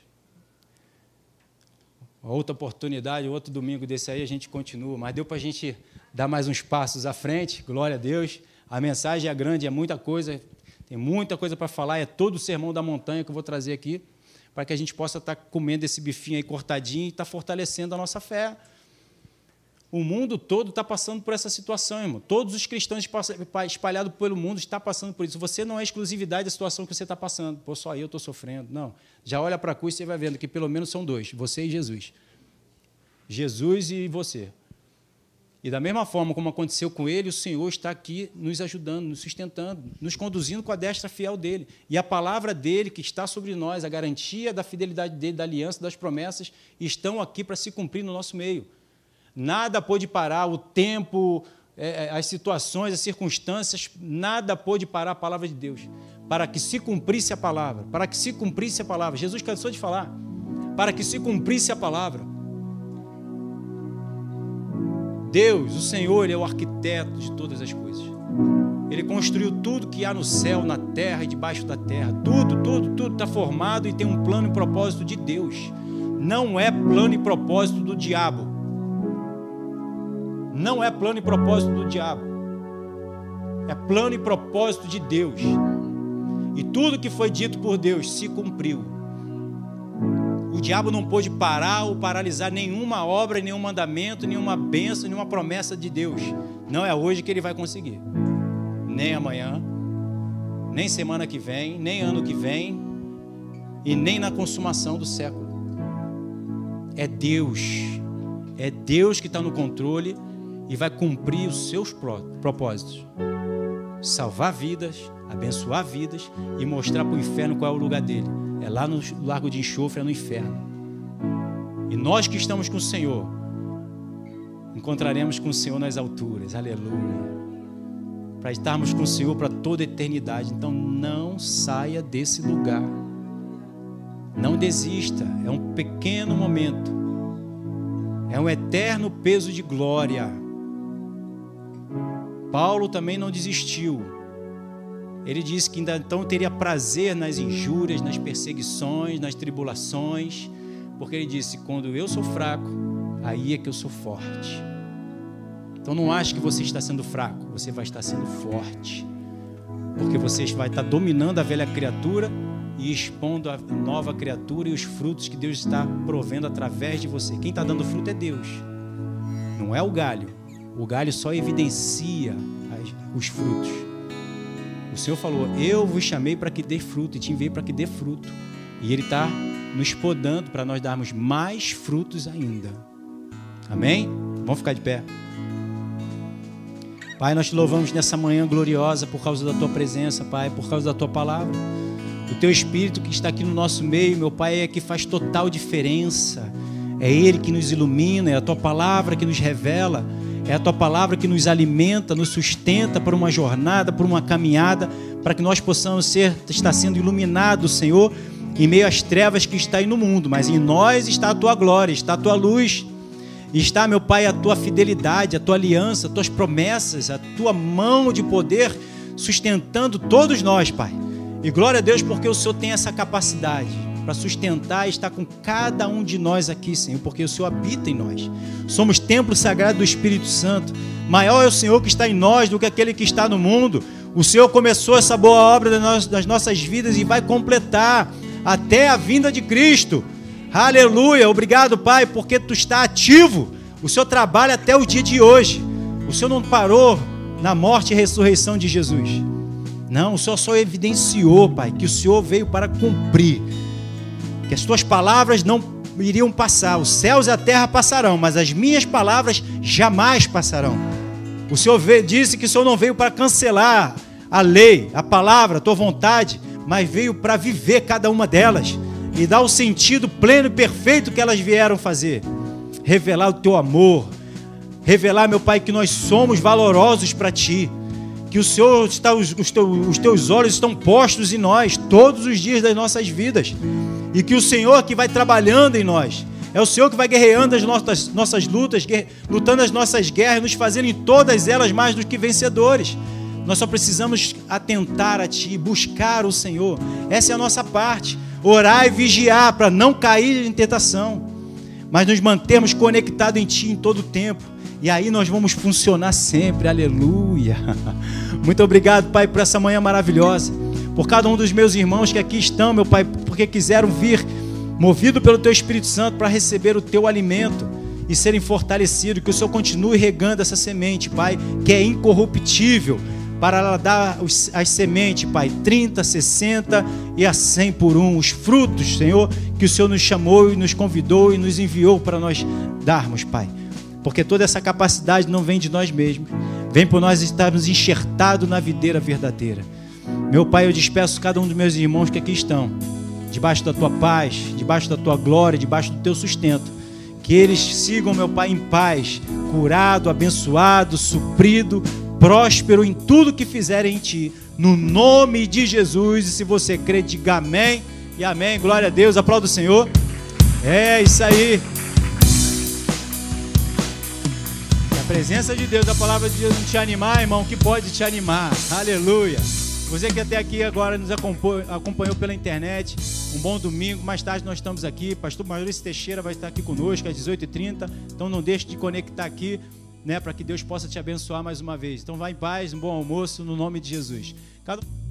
Outra oportunidade, outro domingo desse aí, a gente continua. Mas deu para a gente dar mais uns passos à frente. Glória a Deus. A mensagem é grande, é muita coisa. Tem muita coisa para falar. É todo o sermão da montanha que eu vou trazer aqui, para que a gente possa estar comendo esse bifinho aí cortadinho e estar fortalecendo a nossa fé. O mundo todo está passando por essa situação, irmão. Todos os cristãos espalhados pelo mundo estão passando por isso. Você não é exclusividade da situação que você está passando. Pô, só eu estou sofrendo. Não. Já olha para a cruz e você vai vendo que pelo menos são dois, você e Jesus. Jesus e você. E da mesma forma como aconteceu com ele, o Senhor está aqui nos ajudando, nos sustentando, nos conduzindo com a destra fiel dele. E a palavra dele, que está sobre nós, a garantia da fidelidade dele, da aliança, das promessas, estão aqui para se cumprir no nosso meio. Nada pôde parar, o tempo, as situações, as circunstâncias, nada pôde parar a palavra de Deus, para que se cumprisse a palavra, para que se cumprisse a palavra. Jesus cansou de falar, para que se cumprisse a palavra. Deus, o Senhor, Ele é o arquiteto de todas as coisas. Ele construiu tudo que há no céu, na terra e debaixo da terra. Tudo está formado e tem um plano e propósito de Deus. Não é plano e propósito do diabo. Não é plano e propósito do diabo. É plano e propósito de Deus. E tudo que foi dito por Deus se cumpriu. O diabo não pôde parar ou paralisar nenhuma obra, nenhum mandamento, nenhuma bênção, nenhuma promessa de Deus. Não é hoje que ele vai conseguir. Nem amanhã, nem semana que vem, nem ano que vem, e nem na consumação do século. É Deus. É Deus que está no controle e vai cumprir os seus propósitos. Salvar vidas, abençoar vidas e mostrar para o inferno qual é o lugar dele. É lá no lago de enxofre, é no inferno. E nós que estamos com o Senhor, encontraremos com o Senhor nas alturas. Aleluia. Para estarmos com o Senhor para toda a eternidade. Então não saia desse lugar. Não desista. É um pequeno momento. É um eterno peso de glória. Paulo também não desistiu. Ele disse que ainda então teria prazer nas injúrias, nas perseguições, nas tribulações, porque ele disse, quando eu sou fraco, aí é que eu sou forte. Então não ache que você está sendo fraco, você vai estar sendo forte, porque você vai estar dominando a velha criatura e expondo a nova criatura e os frutos que Deus está provendo através de você. Quem está dando fruto é Deus, não é o galho. O galho só evidencia os frutos. O Senhor falou, eu vos chamei para que dê fruto e te enviei para que dê fruto. E Ele está nos podando para nós darmos mais frutos ainda. Amém? Vamos ficar de pé. Pai, nós te louvamos nessa manhã gloriosa por causa da Tua presença, Pai, por causa da Tua palavra. O Teu Espírito que está aqui no nosso meio, meu Pai, é que faz total diferença. É Ele que nos ilumina, é a Tua palavra que nos revela. É a Tua palavra que nos alimenta, nos sustenta para uma jornada, para uma caminhada, para que nós possamos estar sendo iluminados, Senhor, em meio às trevas que está aí no mundo, mas em nós está a tua glória, está a tua luz, está, meu Pai, a tua fidelidade, a tua aliança, as tuas promessas, a tua mão de poder sustentando todos nós, Pai. E glória a Deus porque o Senhor tem essa capacidade para sustentar e estar com cada um de nós aqui, Senhor, porque o Senhor habita em nós. Somos templo sagrado do Espírito Santo. Maior é o Senhor que está em nós do que aquele que está no mundo. O Senhor começou essa boa obra das nossas vidas e vai completar até a vinda de Cristo. Aleluia, obrigado, Pai, porque Tu está ativo. O Senhor trabalha até o dia de hoje. O Senhor não parou na morte e ressurreição de Jesus. Não, o Senhor só evidenciou, Pai, que o Senhor veio para cumprir, que as Tuas palavras não iriam passar. Os céus e a terra passarão, mas as minhas palavras jamais passarão. O Senhor disse que o Senhor não veio para cancelar a lei, a palavra, a Tua vontade, mas veio para viver cada uma delas e dar o sentido pleno e perfeito que elas vieram fazer. Revelar o Teu amor, revelar, meu Pai, que nós somos valorosos para Ti, que o Senhor está, os Teus olhos estão postos em nós todos os dias das nossas vidas, e que o Senhor que vai trabalhando em nós, é o Senhor que vai guerreando as nossas lutas, lutando as nossas guerras, nos fazendo em todas elas mais do que vencedores. Nós só precisamos atentar a Ti, buscar o Senhor. Essa é a nossa parte. Orar e vigiar para não cair em tentação, mas nos mantermos conectados em Ti em todo o tempo. E aí nós vamos funcionar sempre. Aleluia. Muito obrigado, Pai, por essa manhã maravilhosa. Por cada um dos meus irmãos que aqui estão, meu Pai, porque quiseram vir movido pelo Teu Espírito Santo para receber o Teu alimento e serem fortalecidos. Que o Senhor continue regando essa semente, Pai, que é incorruptível, para ela dar as sementes, Pai, 30, 60 e a 100 por um. Os frutos, Senhor, que o Senhor nos chamou e nos convidou e nos enviou para nós darmos, Pai. Porque toda essa capacidade não vem de nós mesmos, vem por nós estarmos enxertados na videira verdadeira. Meu Pai, eu despeço cada um dos meus irmãos que aqui estão, debaixo da Tua paz, debaixo da Tua glória, debaixo do Teu sustento. Que eles sigam, meu Pai, em paz, curado, abençoado, suprido, próspero em tudo que fizerem em Ti, no nome de Jesus. E se você crê, diga amém e amém. Glória a Deus, aplauda o Senhor. É isso aí. Que a presença de Deus, a palavra de Deus não te animar, irmão, que pode te animar. Aleluia. Você que até aqui agora nos acompanhou pela internet, um bom domingo. Mais tarde nós estamos aqui, pastor Maurício Teixeira vai estar aqui conosco às 18h30, então não deixe de conectar aqui, né, para que Deus possa te abençoar mais uma vez. Então vá em paz, um bom almoço no nome de Jesus.